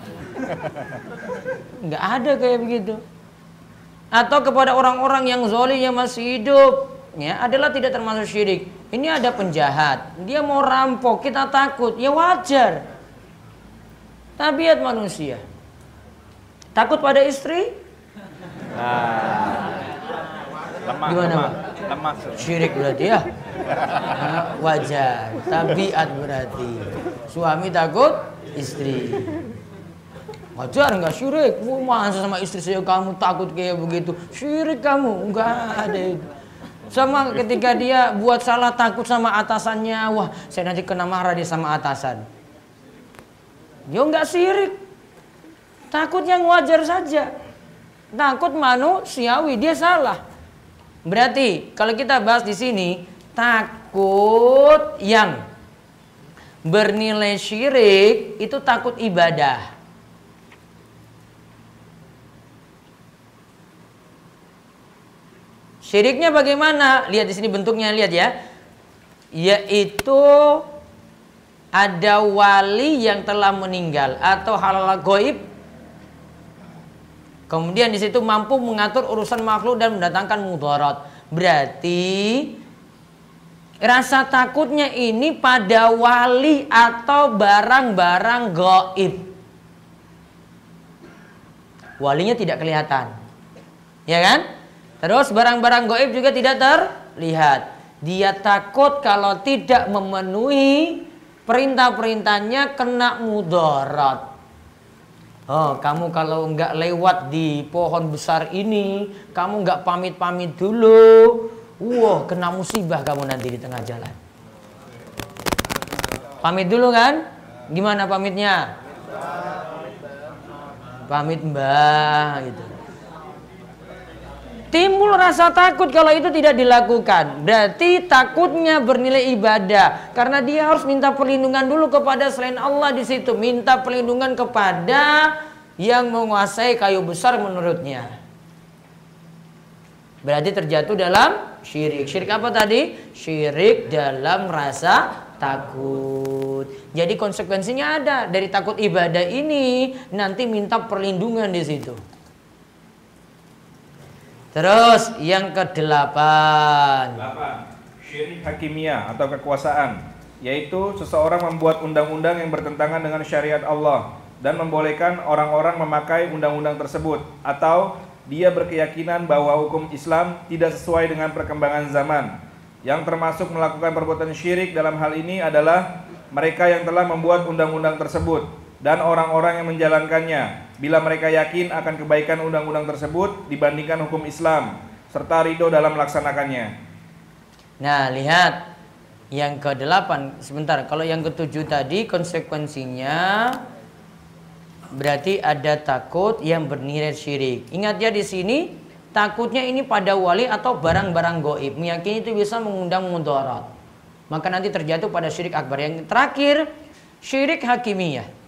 Nggak ada kayak begitu. Atau kepada orang-orang yang zalim yang masih hidup, ya, adalah tidak termasuk syirik. Ini ada penjahat, dia mau rampok, kita takut, ya wajar. Tabiat manusia. Takut pada istri?
Lemah,
Gimana, Pak?
lemah.
Syirik berarti ya? Nah, wajar, tabiat berarti. Suami takut istri. Wajar nggak syirik? Masa sama istri saya kamu takut kayak begitu? Syirik kamu? Nggak ada itu. Sama ketika dia buat salah takut sama atasannya, wah saya nanti kena marah dia sama atasan. Dia nggak syirik, takut yang wajar saja, takut manusiawi, dia salah. Berarti kalau kita bahas di sini takut yang bernilai syirik itu takut ibadah. Syiriknya bagaimana? Lihat di sini bentuknya, lihat ya. Yaitu ada wali yang telah meninggal atau hal-hal gaib. Kemudian di situ mampu mengatur urusan makhluk dan mendatangkan mudarat. Berarti rasa takutnya ini pada wali atau barang-barang gaib. Walinya tidak kelihatan, ya kan? Terus barang-barang gaib juga tidak terlihat. Dia takut kalau tidak memenuhi perintah-perintahnya kena mudarat. Oh, kamu kalau nggak lewat di pohon besar ini, kamu nggak pamit-pamit dulu, wah kena musibah kamu nanti di tengah jalan. Pamit dulu kan? Gimana pamitnya? Pamit mbah gitu. Timbul rasa takut kalau itu tidak dilakukan. Berarti takutnya bernilai ibadah, karena dia harus minta perlindungan dulu kepada selain Allah di situ, minta perlindungan kepada yang menguasai kayu besar menurutnya. Berarti terjatuh dalam syirik. Syirik apa tadi? Syirik dalam rasa takut. Jadi konsekuensinya ada dari takut ibadah ini, nanti minta perlindungan di situ. Terus yang ke-8.
Syirik hakimiyah atau kekuasaan, yaitu seseorang membuat undang-undang yang bertentangan dengan syariat Allah dan membolehkan orang-orang memakai undang-undang tersebut, atau dia berkeyakinan bahwa hukum Islam tidak sesuai dengan perkembangan zaman. Yang termasuk melakukan perbuatan syirik dalam hal ini adalah mereka yang telah membuat undang-undang tersebut dan orang-orang yang menjalankannya, bila mereka yakin akan kebaikan undang-undang tersebut dibandingkan hukum Islam, serta ridho dalam melaksanakannya.
Nah, lihat yang ke-8. Sebentar, kalau yang ke-7 tadi konsekuensinya berarti ada takut yang bernilai syirik. Ingat ya, di sini takutnya ini pada wali atau barang-barang gaib, meyakini itu bisa mengundang mudarat, maka nanti terjatuh pada syirik akbar. Yang terakhir, syirik hakimiyah.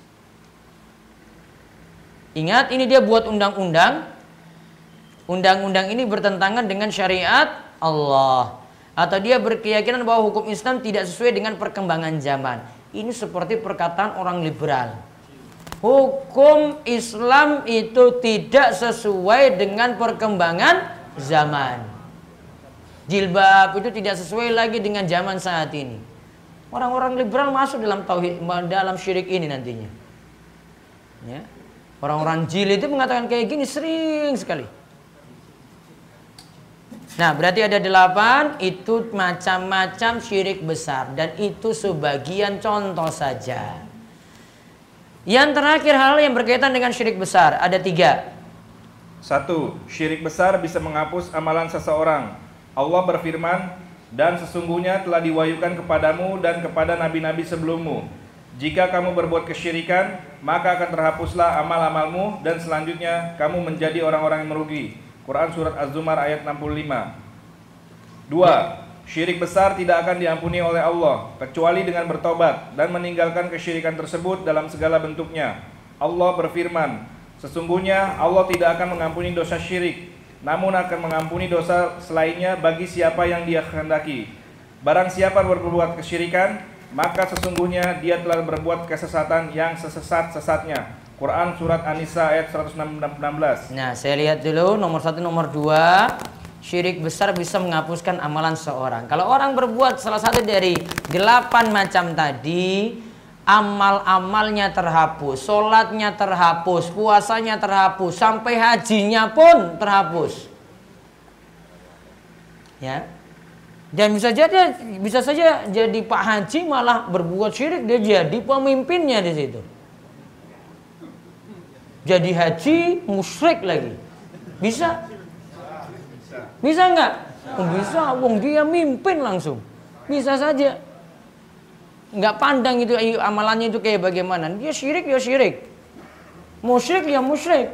Ingat, ini dia buat undang-undang. Undang-undang ini bertentangan dengan syariat Allah, atau dia berkeyakinan bahwa hukum Islam tidak sesuai dengan perkembangan zaman. Ini seperti perkataan orang liberal. Hukum Islam itu tidak sesuai dengan perkembangan zaman. Jilbab itu tidak sesuai lagi dengan zaman saat ini. Orang-orang liberal masuk dalam tauhid, dalam syirik ini nantinya. Ya. Orang-orang jil itu mengatakan kayak gini sering sekali. Nah, berarti ada 8, itu macam-macam syirik besar. Dan itu sebagian contoh saja. Yang terakhir hal yang berkaitan dengan syirik besar, ada 3.
1. Syirik besar bisa menghapus amalan seseorang. Allah berfirman, dan sesungguhnya telah diwahyukan kepadamu dan kepada nabi-nabi sebelummu. Jika kamu berbuat kesyirikan, maka akan terhapuslah amal-amalmu dan selanjutnya kamu menjadi orang-orang yang merugi. Quran Surat Az-Zumar ayat 65. 2. Syirik besar tidak akan diampuni oleh Allah kecuali dengan bertobat dan meninggalkan kesyirikan tersebut dalam segala bentuknya. Allah berfirman, sesungguhnya Allah tidak akan mengampuni dosa syirik, namun akan mengampuni dosa selainnya bagi siapa yang Dia kehendaki. Barang siapa berbuat kesyirikan, maka sesungguhnya dia telah berbuat kesesatan yang sesat-sesatnya. Quran Surat An-Nisa ayat 116.
Nah, saya lihat dulu nomor 1, nomor 2. Syirik besar bisa menghapuskan amalan seorang. Kalau orang berbuat salah satu dari 8 macam tadi, amal-amalnya terhapus, sholatnya terhapus, puasanya terhapus, sampai hajinya pun terhapus. Ya. Dan bisa saja jadi Pak Haji malah berbuat syirik, dia jadi pemimpinnya di situ. Jadi haji musyrik lagi. Bisa? Bisa nggak? Oh, bisa, wong dia mimpin langsung. Bisa saja. Nggak pandang itu amalannya itu kayak bagaimana. Dia syirik, ya syirik. Musyrik, ya musyrik.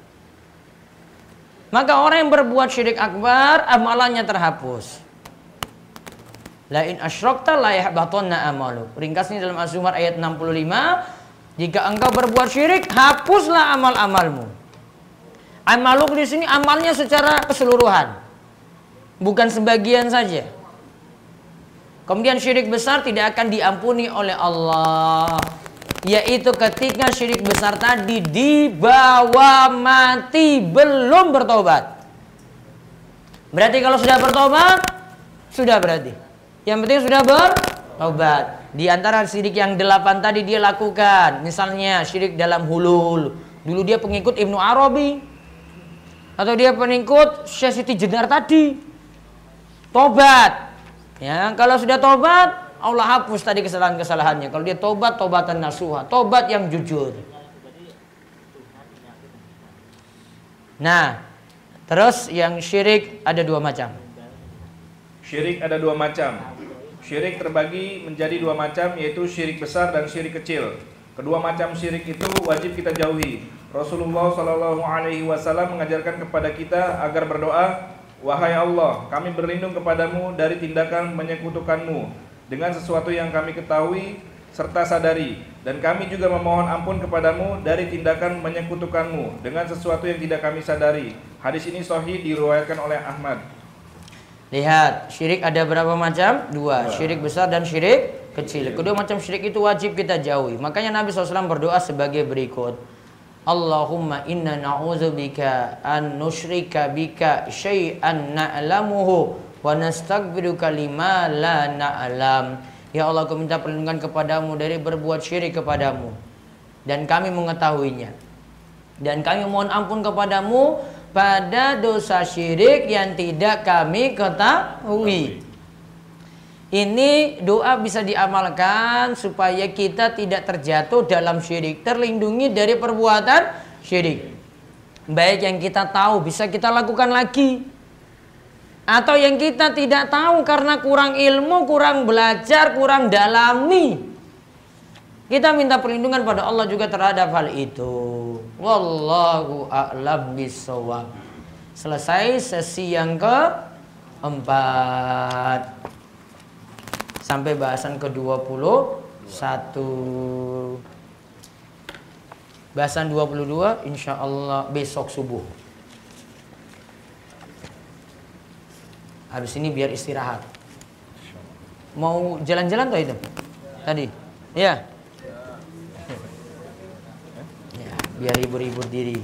Maka orang yang berbuat syirik akbar, amalannya terhapus. La in asyrakta la yahbatanna amalu. Ringkasnya dalam Az-Zumar ayat 65. Jika engkau berbuat syirik, hapuslah amal-amalmu. Amaluk di sini amalnya secara keseluruhan, bukan sebagian saja. Kemudian syirik besar tidak akan diampuni oleh Allah, yaitu ketika syirik besar tadi dibawa mati belum bertobat. Berarti kalau sudah bertobat, sudah berarti. Yang penting sudah bertobat. Di antara syirik yang 8 tadi dia lakukan, misalnya syirik dalam hulul. Dulu dia pengikut Ibnu Arabi, atau dia pengikut Syekh Siti Jenar tadi. Tobat. Ya, kalau sudah tobat, Allah hapus tadi kesalahan-kesalahannya. Kalau dia tobat, tobatan nasuha, tobat yang jujur. Nah, terus yang syirik ada 2 macam.
Syirik ada 2 macam. Syirik terbagi menjadi 2 macam, yaitu syirik besar dan syirik kecil. Kedua macam syirik itu wajib kita jauhi. Rasulullah SAW mengajarkan kepada kita agar berdoa, wahai Allah, kami berlindung kepadamu dari tindakan menyekutukanmu dengan sesuatu yang kami ketahui serta sadari, dan kami juga memohon ampun kepadamu dari tindakan menyekutukanmu dengan sesuatu yang tidak kami sadari. Hadis ini sahih, diriwayatkan oleh Ahmad.
Lihat, syirik ada berapa macam? 2. Syirik besar dan syirik kecil. Kedua macam syirik itu wajib kita jauhi. Makanya Nabi SAW berdoa sebagai berikut. Allahumma inna na'udzubika an nusyrika bika syai'an na'lamuhu wa nastaghfiruka lima la na'lam. Ya Allah, aku minta perlindungan kepadamu dari berbuat syirik kepadamu dan kami mengetahuinya. Dan kami mohon ampun kepadamu pada dosa syirik yang tidak kami ketahui. Ini doa bisa diamalkan supaya kita tidak terjatuh dalam syirik, terlindungi dari perbuatan syirik. Baik yang kita tahu bisa kita lakukan lagi, atau yang kita tidak tahu karena kurang ilmu, kurang belajar, kurang dalami. Kita minta perlindungan pada Allah juga terhadap hal itu. Wallahu a'lam bishawab. Selesai sesi yang ke-4. Sampai bahasan ke-21. Bahasan 22 insyaallah besok subuh. Habis ini biar istirahat. Mau jalan-jalan toh itu? Tadi? Ya. Ya, biar hibur-hibur diri.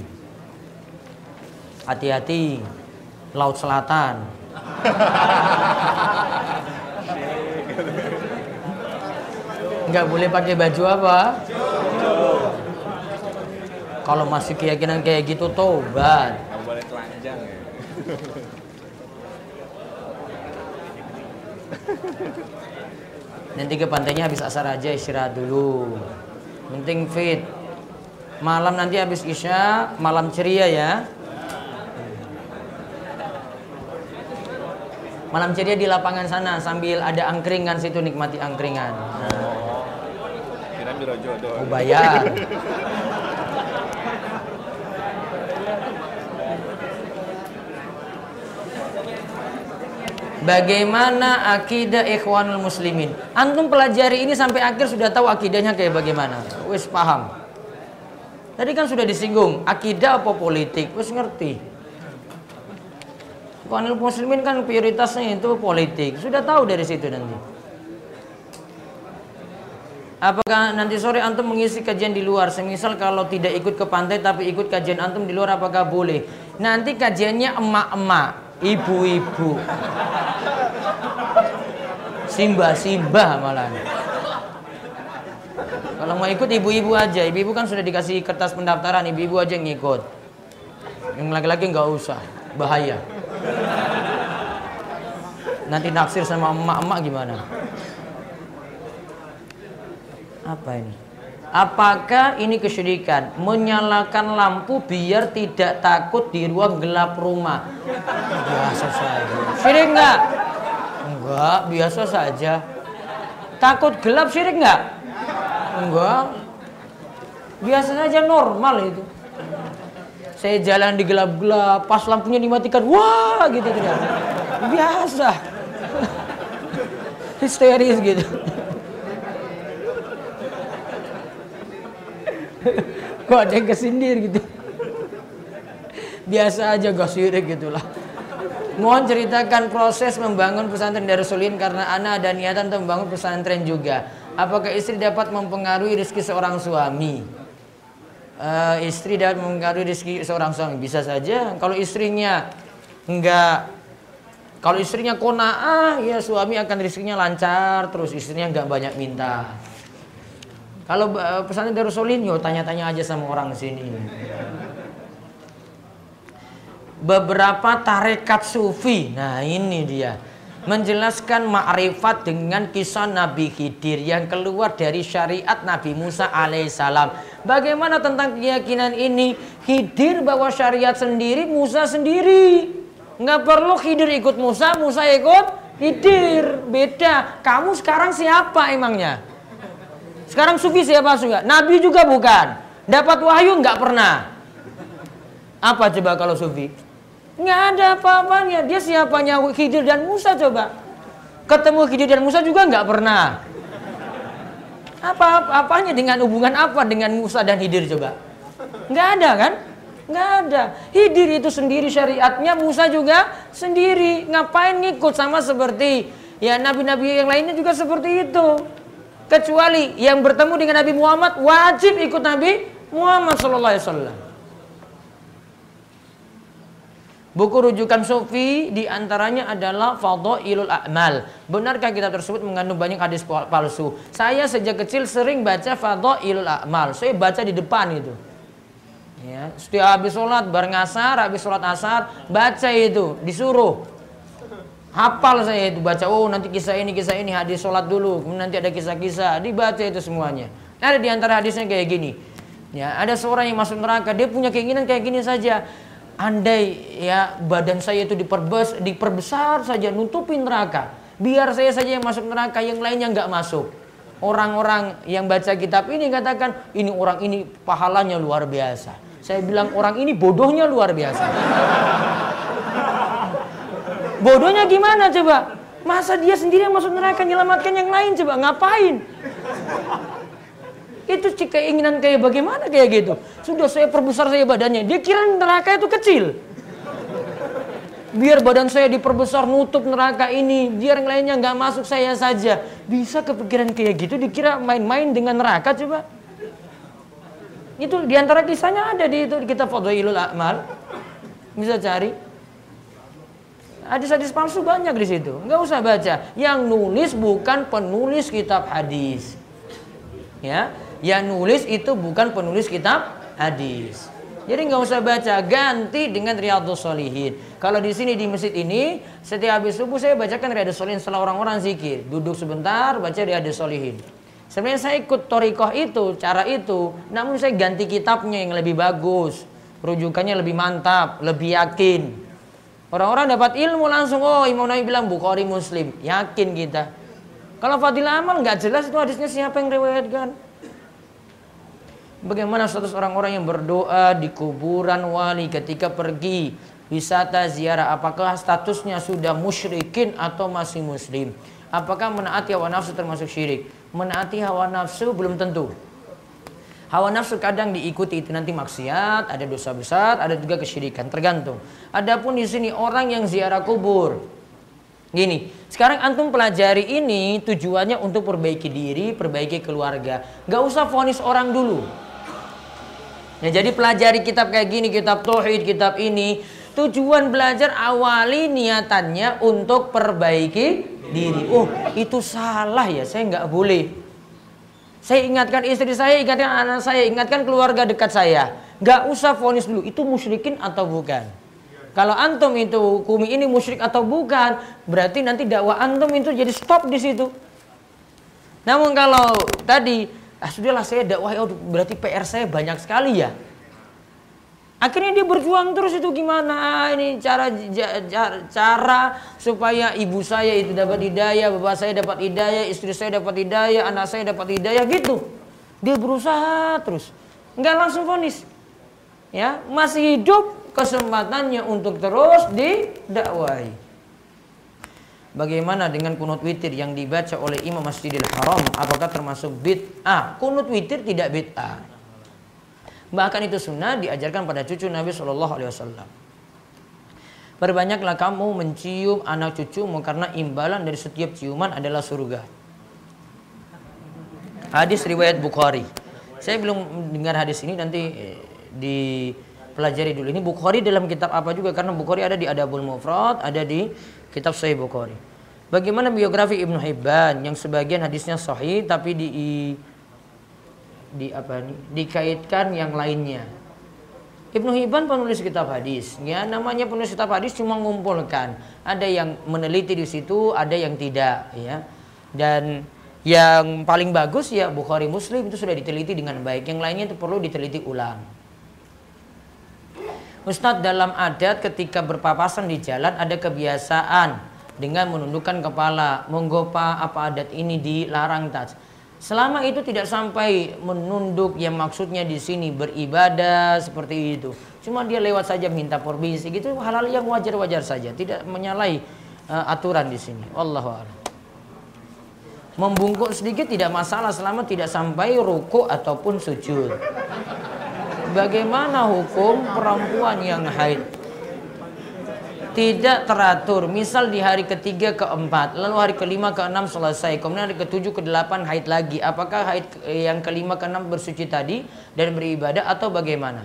Hati-hati Laut Selatan. Nggak boleh pakai baju apa? Kalau masih keyakinan kayak gitu tobat.
Nggak boleh telanjang ya.
Nanti ke pantainya habis asar aja, istirahat dulu. Penting fit. Malam nanti habis isya, malam ceria ya. Malam ceria di lapangan sana sambil ada angkringan situ, nikmati angkringan.
Kira biro jodoh.
Mau bayar. Bagaimana akidah Ikhwanul Muslimin? Antum pelajari ini sampai akhir sudah tahu akidahnya kayak bagaimana. Wis paham. Tadi kan sudah disinggung, akidah apa politik? Wis ngerti. Ikhwanul Muslimin kan prioritasnya itu politik. Sudah tahu dari situ nanti. Apakah nanti sore antum mengisi kajian di luar? Semisal kalau tidak ikut ke pantai tapi ikut kajian antum di luar, apakah boleh? Nanti kajiannya emak-emak, ibu-ibu, simbah-simbah malah. Kalau mau ikut ibu-ibu aja. Ibu-ibu kan sudah dikasih kertas pendaftaran, ibu-ibu aja yang ngikut. Yang laki-laki nggak usah, bahaya. Nanti naksir sama emak-emak gimana? Apa ini? Apakah ini kesyirikan? Menyalakan lampu biar tidak takut di ruang gelap rumah. Biasa saja. Syirik enggak? Enggak, biasa saja. Takut gelap syirik enggak? Enggak. Biasa saja, normal itu. Saya jalan di gelap-gelap, pas lampunya dimatikan, wah gitu ternyata. Biasa. Histeris gitu. Kok ada yang kesindir gitu. Biasa aja, gak syirik gitulah. Mohon ceritakan proses membangun pesantren Darus Solihin, karena ana ada niatan untuk membangun pesantren juga. Apakah istri dapat mempengaruhi rezeki seorang suami? Istri dapat mempengaruhi rezeki seorang suami? Bisa saja. Kalau istrinya enggak, kalau istrinya qanaah, ya suami akan rezekinya lancar, terus istrinya enggak banyak minta. Kalau pesantren Darus Solihin, yo tanya-tanya aja sama orang sini. Beberapa tarekat sufi, nah ini dia, menjelaskan ma'rifat dengan kisah Nabi Khidir yang keluar dari syariat Nabi Musa alaihissalam. Bagaimana tentang keyakinan ini? Khidir bawa syariat sendiri, Musa sendiri. Nggak perlu Khidir ikut Musa, Musa ikut Khidir. Beda. Kamu sekarang siapa emangnya? Sekarang sufi siapa juga? Nabi juga bukan. Dapat wahyu nggak pernah. Apa coba kalau sufi? Nggak ada apa-apanya. Dia siapanya Khidir dan Musa coba. Ketemu Khidir dan Musa juga nggak pernah. Apa-apanya, dengan hubungan apa dengan Musa dan Khidir coba? Nggak ada kan? Nggak ada. Khidir itu sendiri syariatnya, Musa juga sendiri. Ngapain ngikut? Sama seperti ya nabi-nabi yang lainnya juga seperti itu. Kecuali yang bertemu dengan Nabi Muhammad wajib ikut Nabi Muhammad SAW. Buku rujukan sufi diantaranya adalah Fadhailul A'mal. Benarkah kitab tersebut mengandung banyak hadis palsu? Saya sejak kecil sering baca Fadhailul A'mal. Saya baca di depan itu. Ya, setiap habis sholat bareng asar, habis sholat asar baca itu, disuruh. Hafal saya itu, baca, oh nanti kisah ini hadis sholat dulu, kemudian nanti ada kisah-kisah, dibaca itu semuanya. Ada di antara hadisnya kayak gini. Ya, ada seorang yang masuk neraka, dia punya keinginan kayak gini saja. Andai ya badan saya itu diperbesar saja, nutupin neraka. Biar saya saja yang masuk neraka, yang lainnya nggak masuk. Orang-orang yang baca kitab ini katakan, ini orang ini pahalanya luar biasa. Saya bilang orang ini bodohnya luar biasa. Bodohnya gimana coba? Masa dia sendiri yang masuk neraka nyelamatkan yang lain coba? Ngapain? Itu keinginan kayak bagaimana kayak gitu? Sudah saya perbesar saya badannya. Dia kira neraka itu kecil. Biar badan saya diperbesar nutup neraka ini, biar yang lainnya nggak masuk, saya saja. Bisa kepikiran kayak gitu, dikira main-main dengan neraka coba? Itu diantara kisahnya ada di kitab Fadhailul A'mal. Bisa cari. Hadis-hadis palsu banyak di situ. Nggak usah baca. Yang nulis bukan penulis kitab hadis. Ya, yang nulis itu bukan penulis kitab hadis. Jadi nggak usah baca, ganti dengan Riyadhus Shalihin. Kalau di sini di masjid ini, setiap habis subuh saya bacakan Riyadhus Shalihin setelah orang-orang zikir. Duduk sebentar, baca Riyadhus Shalihin. Sebenarnya saya ikut thariqah itu, cara itu, namun saya ganti kitabnya yang lebih bagus, rujukannya lebih mantap, lebih yakin. Orang-orang dapat ilmu langsung, oh Imam Nawawi bilang Bukhari Muslim, yakin kita. Kalau Fadilah Amal nggak jelas itu hadisnya siapa yang riwayatkan. Bagaimana status orang-orang yang berdoa di kuburan wali ketika pergi wisata ziarah? Apakah statusnya sudah musyrikin atau masih muslim? Apakah menaati hawa nafsu termasuk syirik? Menaati hawa nafsu belum tentu. Hawa nafsu kadang diikuti, itu nanti maksiat, ada dosa besar, ada juga kesyirikan, tergantung. Adapun di sini orang yang ziarah kubur, gini, sekarang antum pelajari ini tujuannya untuk perbaiki diri, perbaiki keluarga. Gak usah vonis orang dulu. Ya, jadi pelajari kitab kayak gini, kitab tauhid, kitab ini, tujuan belajar awali niatannya untuk perbaiki diri. Oh, itu salah ya, saya nggak boleh. Saya ingatkan istri saya, ingatkan anak saya, ingatkan keluarga dekat saya. Nggak usah vonis dulu, itu musyrikin atau bukan. Kalau antum itu hukumi ini musyrik atau bukan, berarti nanti dakwah antum itu jadi stop di situ. Namun kalau tadi sudahlah saya dakwah, oh, berarti PR saya banyak sekali ya. Akhirnya dia berjuang terus, itu gimana ini cara supaya ibu saya itu dapat hidayah, bapak saya dapat hidayah, istri saya dapat hidayah, anak saya dapat hidayah gitu. Dia berusaha terus, nggak langsung vonis. Ya, masih hidup, kesempatannya untuk terus didakwahi. Bagaimana dengan kunut witir yang dibaca oleh Imam Masjidil Haram? Apakah termasuk bid'ah? Kunut witir tidak bid'ah. Bahkan itu sunnah, diajarkan pada cucu Nabi SAW. Perbanyaklah kamu mencium anak cucumu, karena imbalan dari setiap ciuman adalah surga. Hadis riwayat Bukhari. Saya belum dengar hadis ini, nanti dipelajari dulu. Ini Bukhari dalam kitab apa juga? Karena Bukhari ada di Adabul Mufrad, ada di kitab Sahih Bukhari. Bagaimana biografi Ibnu Hibban yang sebagian hadisnya sahih tapi dikaitkan yang lainnya. Ibnu Hibban penulis kitab hadis, ya, namanya penulis kitab hadis cuma mengumpulkan. Ada yang meneliti di situ, ada yang tidak, ya. Dan yang paling bagus ya Bukhari Muslim itu sudah diteliti dengan baik. Yang lainnya itu perlu diteliti ulang. Ustadz, dalam adat ketika berpapasan di jalan ada kebiasaan dengan menundukkan kepala, menggopa, apa adat ini dilarang tas? Selama itu tidak sampai menunduk, yang maksudnya di sini beribadah seperti itu. Cuma dia lewat saja minta permisi gitu, hal-hal yang wajar-wajar saja, tidak menyalahi aturan di sini. Wallahu a'lam. Membungkuk sedikit tidak masalah selama tidak sampai ruku ataupun sujud. Bagaimana hukum perempuan yang haid? Tidak teratur. Misal di hari ketiga keempat, lalu hari kelima keenam selesai, kemudian hari ketujuh kedelapan haid lagi. Apakah haid yang kelima keenam bersuci tadi dan beribadah atau bagaimana?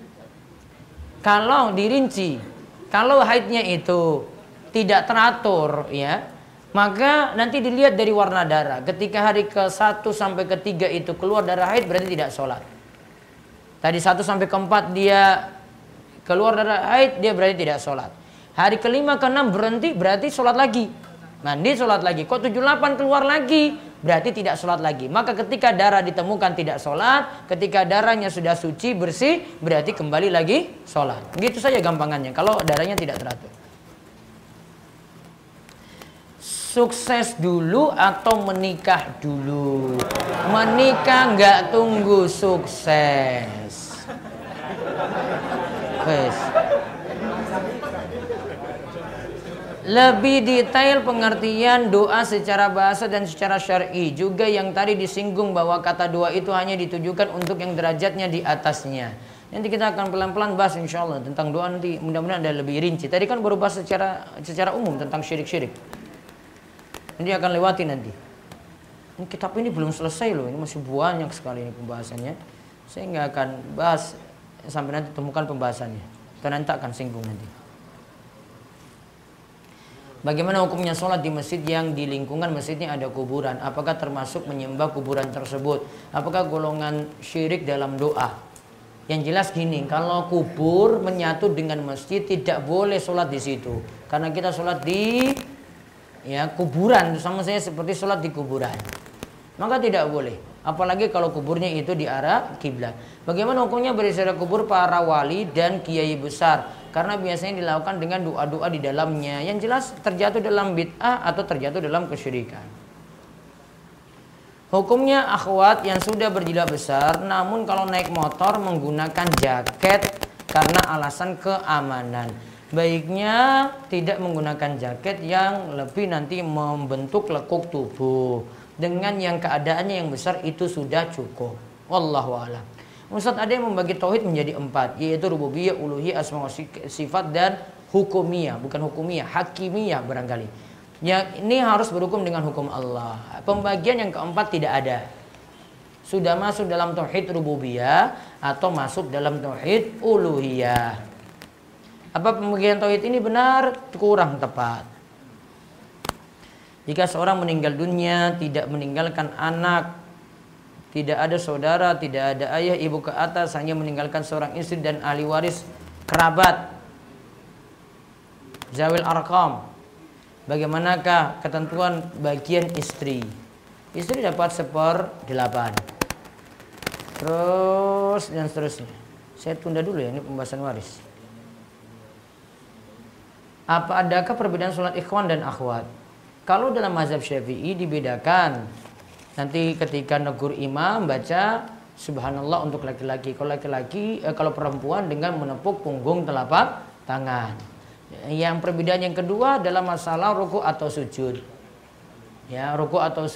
Kalau dirinci, kalau haidnya itu tidak teratur, ya, maka nanti dilihat dari warna darah. Ketika hari ke-1 sampai ke-3 itu keluar darah haid, berarti tidak sholat. Tadi 1 sampai ke-4 dia keluar darah haid, dia berarti tidak sholat. Hari kelima ke-6 berhenti, berarti sholat lagi. Mandi, sholat lagi. Kok 7-8 keluar lagi, berarti tidak sholat lagi. Maka ketika darah ditemukan tidak sholat, ketika darahnya sudah suci, bersih, berarti kembali lagi sholat. Begitu saja gampangannya, kalau darahnya tidak teratur. Sukses dulu atau menikah dulu? Menikah nggak tunggu sukses. Wes. Lebih detail pengertian doa secara bahasa dan secara syar'i. Juga yang tadi disinggung bahwa kata doa itu hanya ditujukan untuk yang derajatnya di atasnya. Nanti kita akan pelan-pelan bahas insya Allah tentang doa, nanti mudah-mudahan ada lebih rinci. Tadi kan baru bahas secara umum tentang syirik-syirik. Nanti akan lewati nanti. Ini kitab ini belum selesai loh, ini masih banyak sekali ini pembahasannya. Saya nggak akan bahas sampai nanti temukan pembahasannya. Karena nanti akan singgung nanti. Bagaimana hukumnya sholat di masjid yang di lingkungan masjidnya ada kuburan? Apakah termasuk menyembah kuburan tersebut? Apakah golongan syirik dalam doa? Yang jelas gini, kalau kubur menyatu dengan masjid tidak boleh sholat di situ. Karena kita sholat di kuburan, sama saya seperti sholat di kuburan. Maka tidak boleh. Apalagi kalau kuburnya itu di arah kiblat. Bagaimana hukumnya berziarah kubur para wali dan kiai besar? Karena biasanya dilakukan dengan doa-doa di dalamnya. Yang jelas terjatuh dalam bid'ah atau terjatuh dalam kesyirikan. Hukumnya akhwat yang sudah berjilbab besar, namun kalau naik motor menggunakan jaket karena alasan keamanan. Baiknya tidak menggunakan jaket yang lebih nanti membentuk lekuk tubuh. Dengan yang keadaannya yang besar itu sudah cukup. Wallahu a'lam. Ustaz, ada yang membagi tauhid menjadi 4, yaitu rububiyah, uluhiyah, asma wa sifat dan hukumiyah, bukan hukumiyah, hakimiyah barangkali. Yang ini harus berhukum dengan hukum Allah. Pembagian yang keempat tidak ada. Sudah masuk dalam tauhid rububiyah atau masuk dalam tauhid uluhiyah. Apa pembagian tauhid ini benar? Kurang tepat. Jika seorang meninggal dunia tidak meninggalkan anak, tidak ada saudara, tidak ada ayah, ibu ke atas, hanya meninggalkan seorang istri dan ahli waris kerabat, zawil arqam, bagaimanakah ketentuan bagian istri? Istri dapat 1/8. Terus dan seterusnya. Saya tunda dulu ya, ini pembahasan waris. Adakah perbedaan sholat ikhwan dan akhwat? Kalau dalam mazhab Syafi'i dibedakan. Nanti ketika negur imam baca subhanallah untuk laki-laki. Kalau laki-laki, kalau perempuan dengan menepuk punggung telapak tangan. Yang perbedaan yang kedua dalam masalah ruku atau sujud. Ya, ruku atau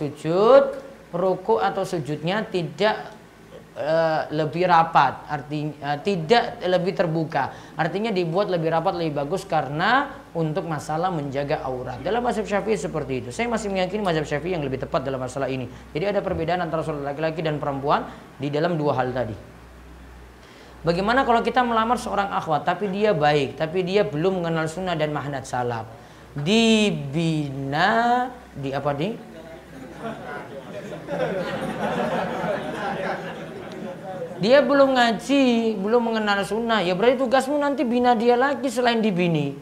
sujudnya tidak lebih rapat, artinya tidak lebih terbuka. Artinya dibuat lebih rapat, lebih bagus karena untuk masalah menjaga aurat. Dalam mazhab Syafi'i seperti itu. Saya masih meyakini mazhab Syafi'i yang lebih tepat dalam masalah ini. Jadi ada perbedaan antara sholat laki-laki dan perempuan di dalam dua hal tadi. Bagaimana kalau kita melamar seorang akhwat tapi dia baik, tapi dia belum mengenal sunnah dan mahnat salaf? Dibina di apa di? Dia belum ngaji, belum mengenal sunnah. Ya berarti tugasmu nanti bina dia lagi selain dibini.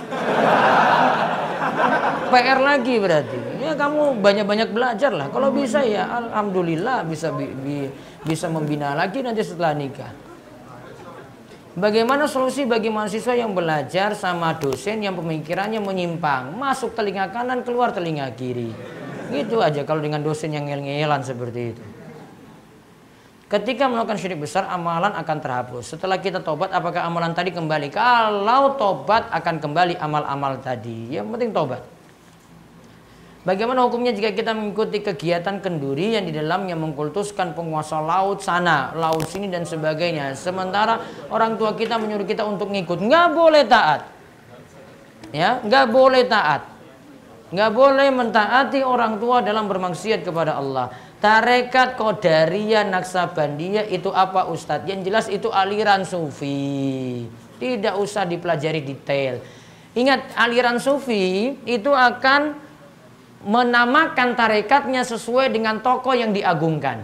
PR lagi berarti. Ya kamu banyak-banyak belajar lah. Kalau bisa ya alhamdulillah bisa membina lagi nanti setelah nikah. Bagaimana solusi bagi mahasiswa yang belajar sama dosen yang pemikirannya menyimpang, masuk telinga kanan keluar telinga kiri. Gitu aja kalau dengan dosen yang ngel-ngelan seperti itu. Ketika melakukan syirik besar, amalan akan terhapus. Setelah kita tobat, apakah amalan tadi kembali? Kalau tobat akan kembali amal-amal tadi. Yang penting tobat. Bagaimana hukumnya jika kita mengikuti kegiatan kenduri yang di dalamnya mengkultuskan penguasa laut sana, laut sini dan sebagainya. Sementara orang tua kita menyuruh kita untuk ngikut. Nggak boleh taat. Ya, nggak boleh taat. Nggak boleh mentaati orang tua dalam bermaksiat kepada Allah. Tarekat Qadariyah Naksabandiyah itu apa Ustadz? Yang jelas itu aliran sufi. Tidak usah dipelajari detail. Ingat, aliran sufi itu akan menamakan tarekatnya sesuai dengan tokoh yang diagungkan.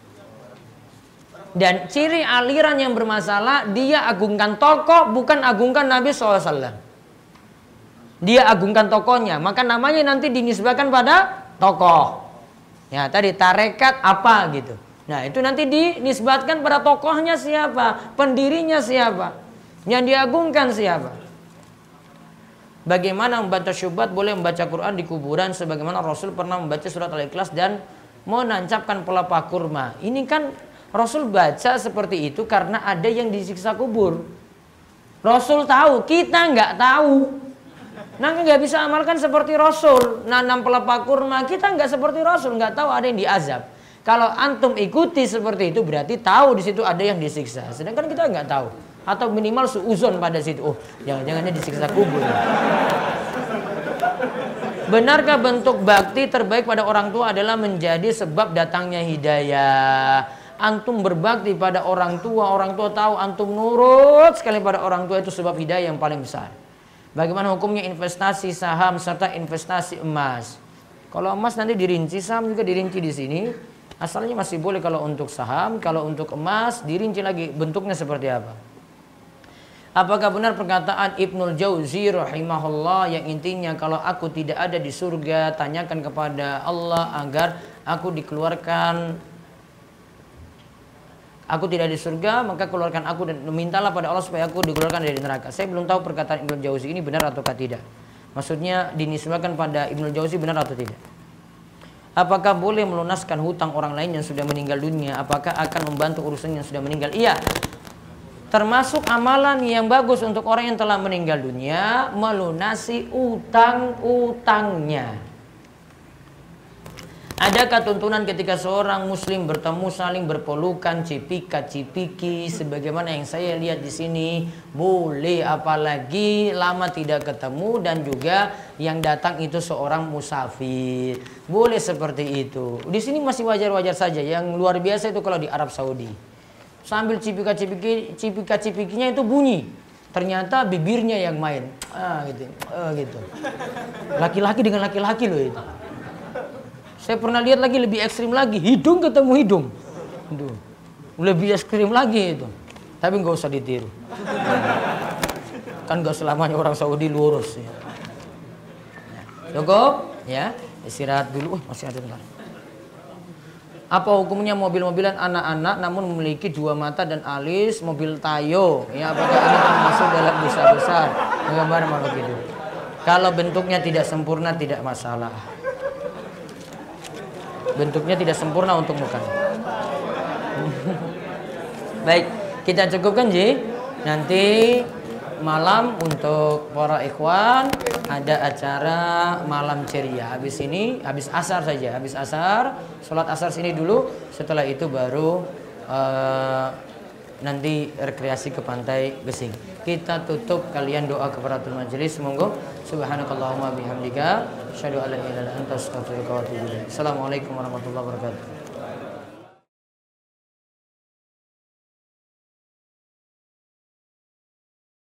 Dan ciri aliran yang bermasalah, dia agungkan tokoh, bukan agungkan Nabi SAW. Dia agungkan tokohnya, maka namanya nanti dinisbahkan pada tokoh. Ya tadi tarekat apa gitu. Nah itu nanti dinisbatkan pada tokohnya siapa, pendirinya siapa, yang diagungkan siapa. Bagaimana membaca syubhat? Boleh membaca Quran di kuburan sebagaimana Rasul pernah membaca surat Al-Ikhlas dan menancapkan pelepah kurma. Ini kan Rasul baca seperti itu karena ada yang disiksa kubur. Rasul tahu, kita nggak tahu. Nah nggak bisa amalkan seperti Rasul. Nanam pelepah kurma, kita nggak seperti Rasul, nggak tahu ada yang diazab. Kalau antum ikuti seperti itu berarti tahu di situ ada yang disiksa. Sedangkan kita nggak tahu. Atau minimal suuzon pada situ. Oh jangan-jangannya disiksa kubur. Benarkah bentuk bakti terbaik pada orang tua adalah menjadi sebab datangnya hidayah? Antum berbakti pada orang tua tahu antum nurut sekali pada orang tua itu sebab hidayah yang paling besar. Bagaimana hukumnya investasi saham serta investasi emas? Kalau emas nanti dirinci, saham juga dirinci di sini. Asalnya masih boleh kalau untuk saham, kalau untuk emas dirinci lagi bentuknya seperti apa. Apakah benar perkataan Ibnul Jauzi rahimahullah yang intinya kalau aku tidak ada di surga, tanyakan kepada Allah agar aku dikeluarkan. Aku tidak di surga, maka keluarkan aku dan mintalah pada Allah supaya aku dikeluarkan dari neraka. Saya belum tahu perkataan Ibnul Jauzi ini benar ataukah tidak. Maksudnya dinisbahkan pada Ibnul Jauzi benar atau tidak. Apakah boleh melunaskan hutang orang lain yang sudah meninggal dunia? Apakah akan membantu urusan yang sudah meninggal? Iya. Termasuk amalan yang bagus untuk orang yang telah meninggal dunia, melunasi utang-utangnya. Adakah tuntunan ketika seorang muslim bertemu saling berpelukan, cipika-cipiki sebagaimana yang saya lihat di sini? Boleh, apalagi lama tidak ketemu dan juga yang datang itu seorang musafir. Boleh seperti itu. Di sini masih wajar-wajar saja. Yang luar biasa itu kalau di Arab Saudi. Sambil cipika-cipikinya itu bunyi. Ternyata bibirnya yang main. Gitu. Laki-laki dengan laki-laki loh itu. Saya pernah lihat lagi lebih ekstrim lagi, hidung ketemu hidung. Lebih ekstrim lagi itu. Tapi nggak usah ditiru. Kan nggak selamanya orang Saudi lurus ya. Cukup ya, istirahat dulu. Masih ada bentar. Apa hukumnya mobil-mobilan anak-anak namun memiliki 2 mata dan alis, mobil Tayo? Ya, apakah ini termasuk dalam dosa besar? Bagaimana makhluk hidup? Kalau bentuknya tidak sempurna tidak masalah. Bentuknya tidak sempurna untuk muka. Baik, kita cukupkan Ji. Nanti malam untuk para ikhwan ada acara malam ceria. Habis ini, habis asar saja. Habis asar, sholat asar sini dulu. Setelah itu baru nanti rekreasi ke pantai Besing. Kita tutup kalian doa kafaratul majelis. Semoga subhanakallahumma bihamdika asyhadu an la ilaha illa anta astaghfiruka wa atubu ilaik. Assalamualaikum warahmatullahi wabarakatuh.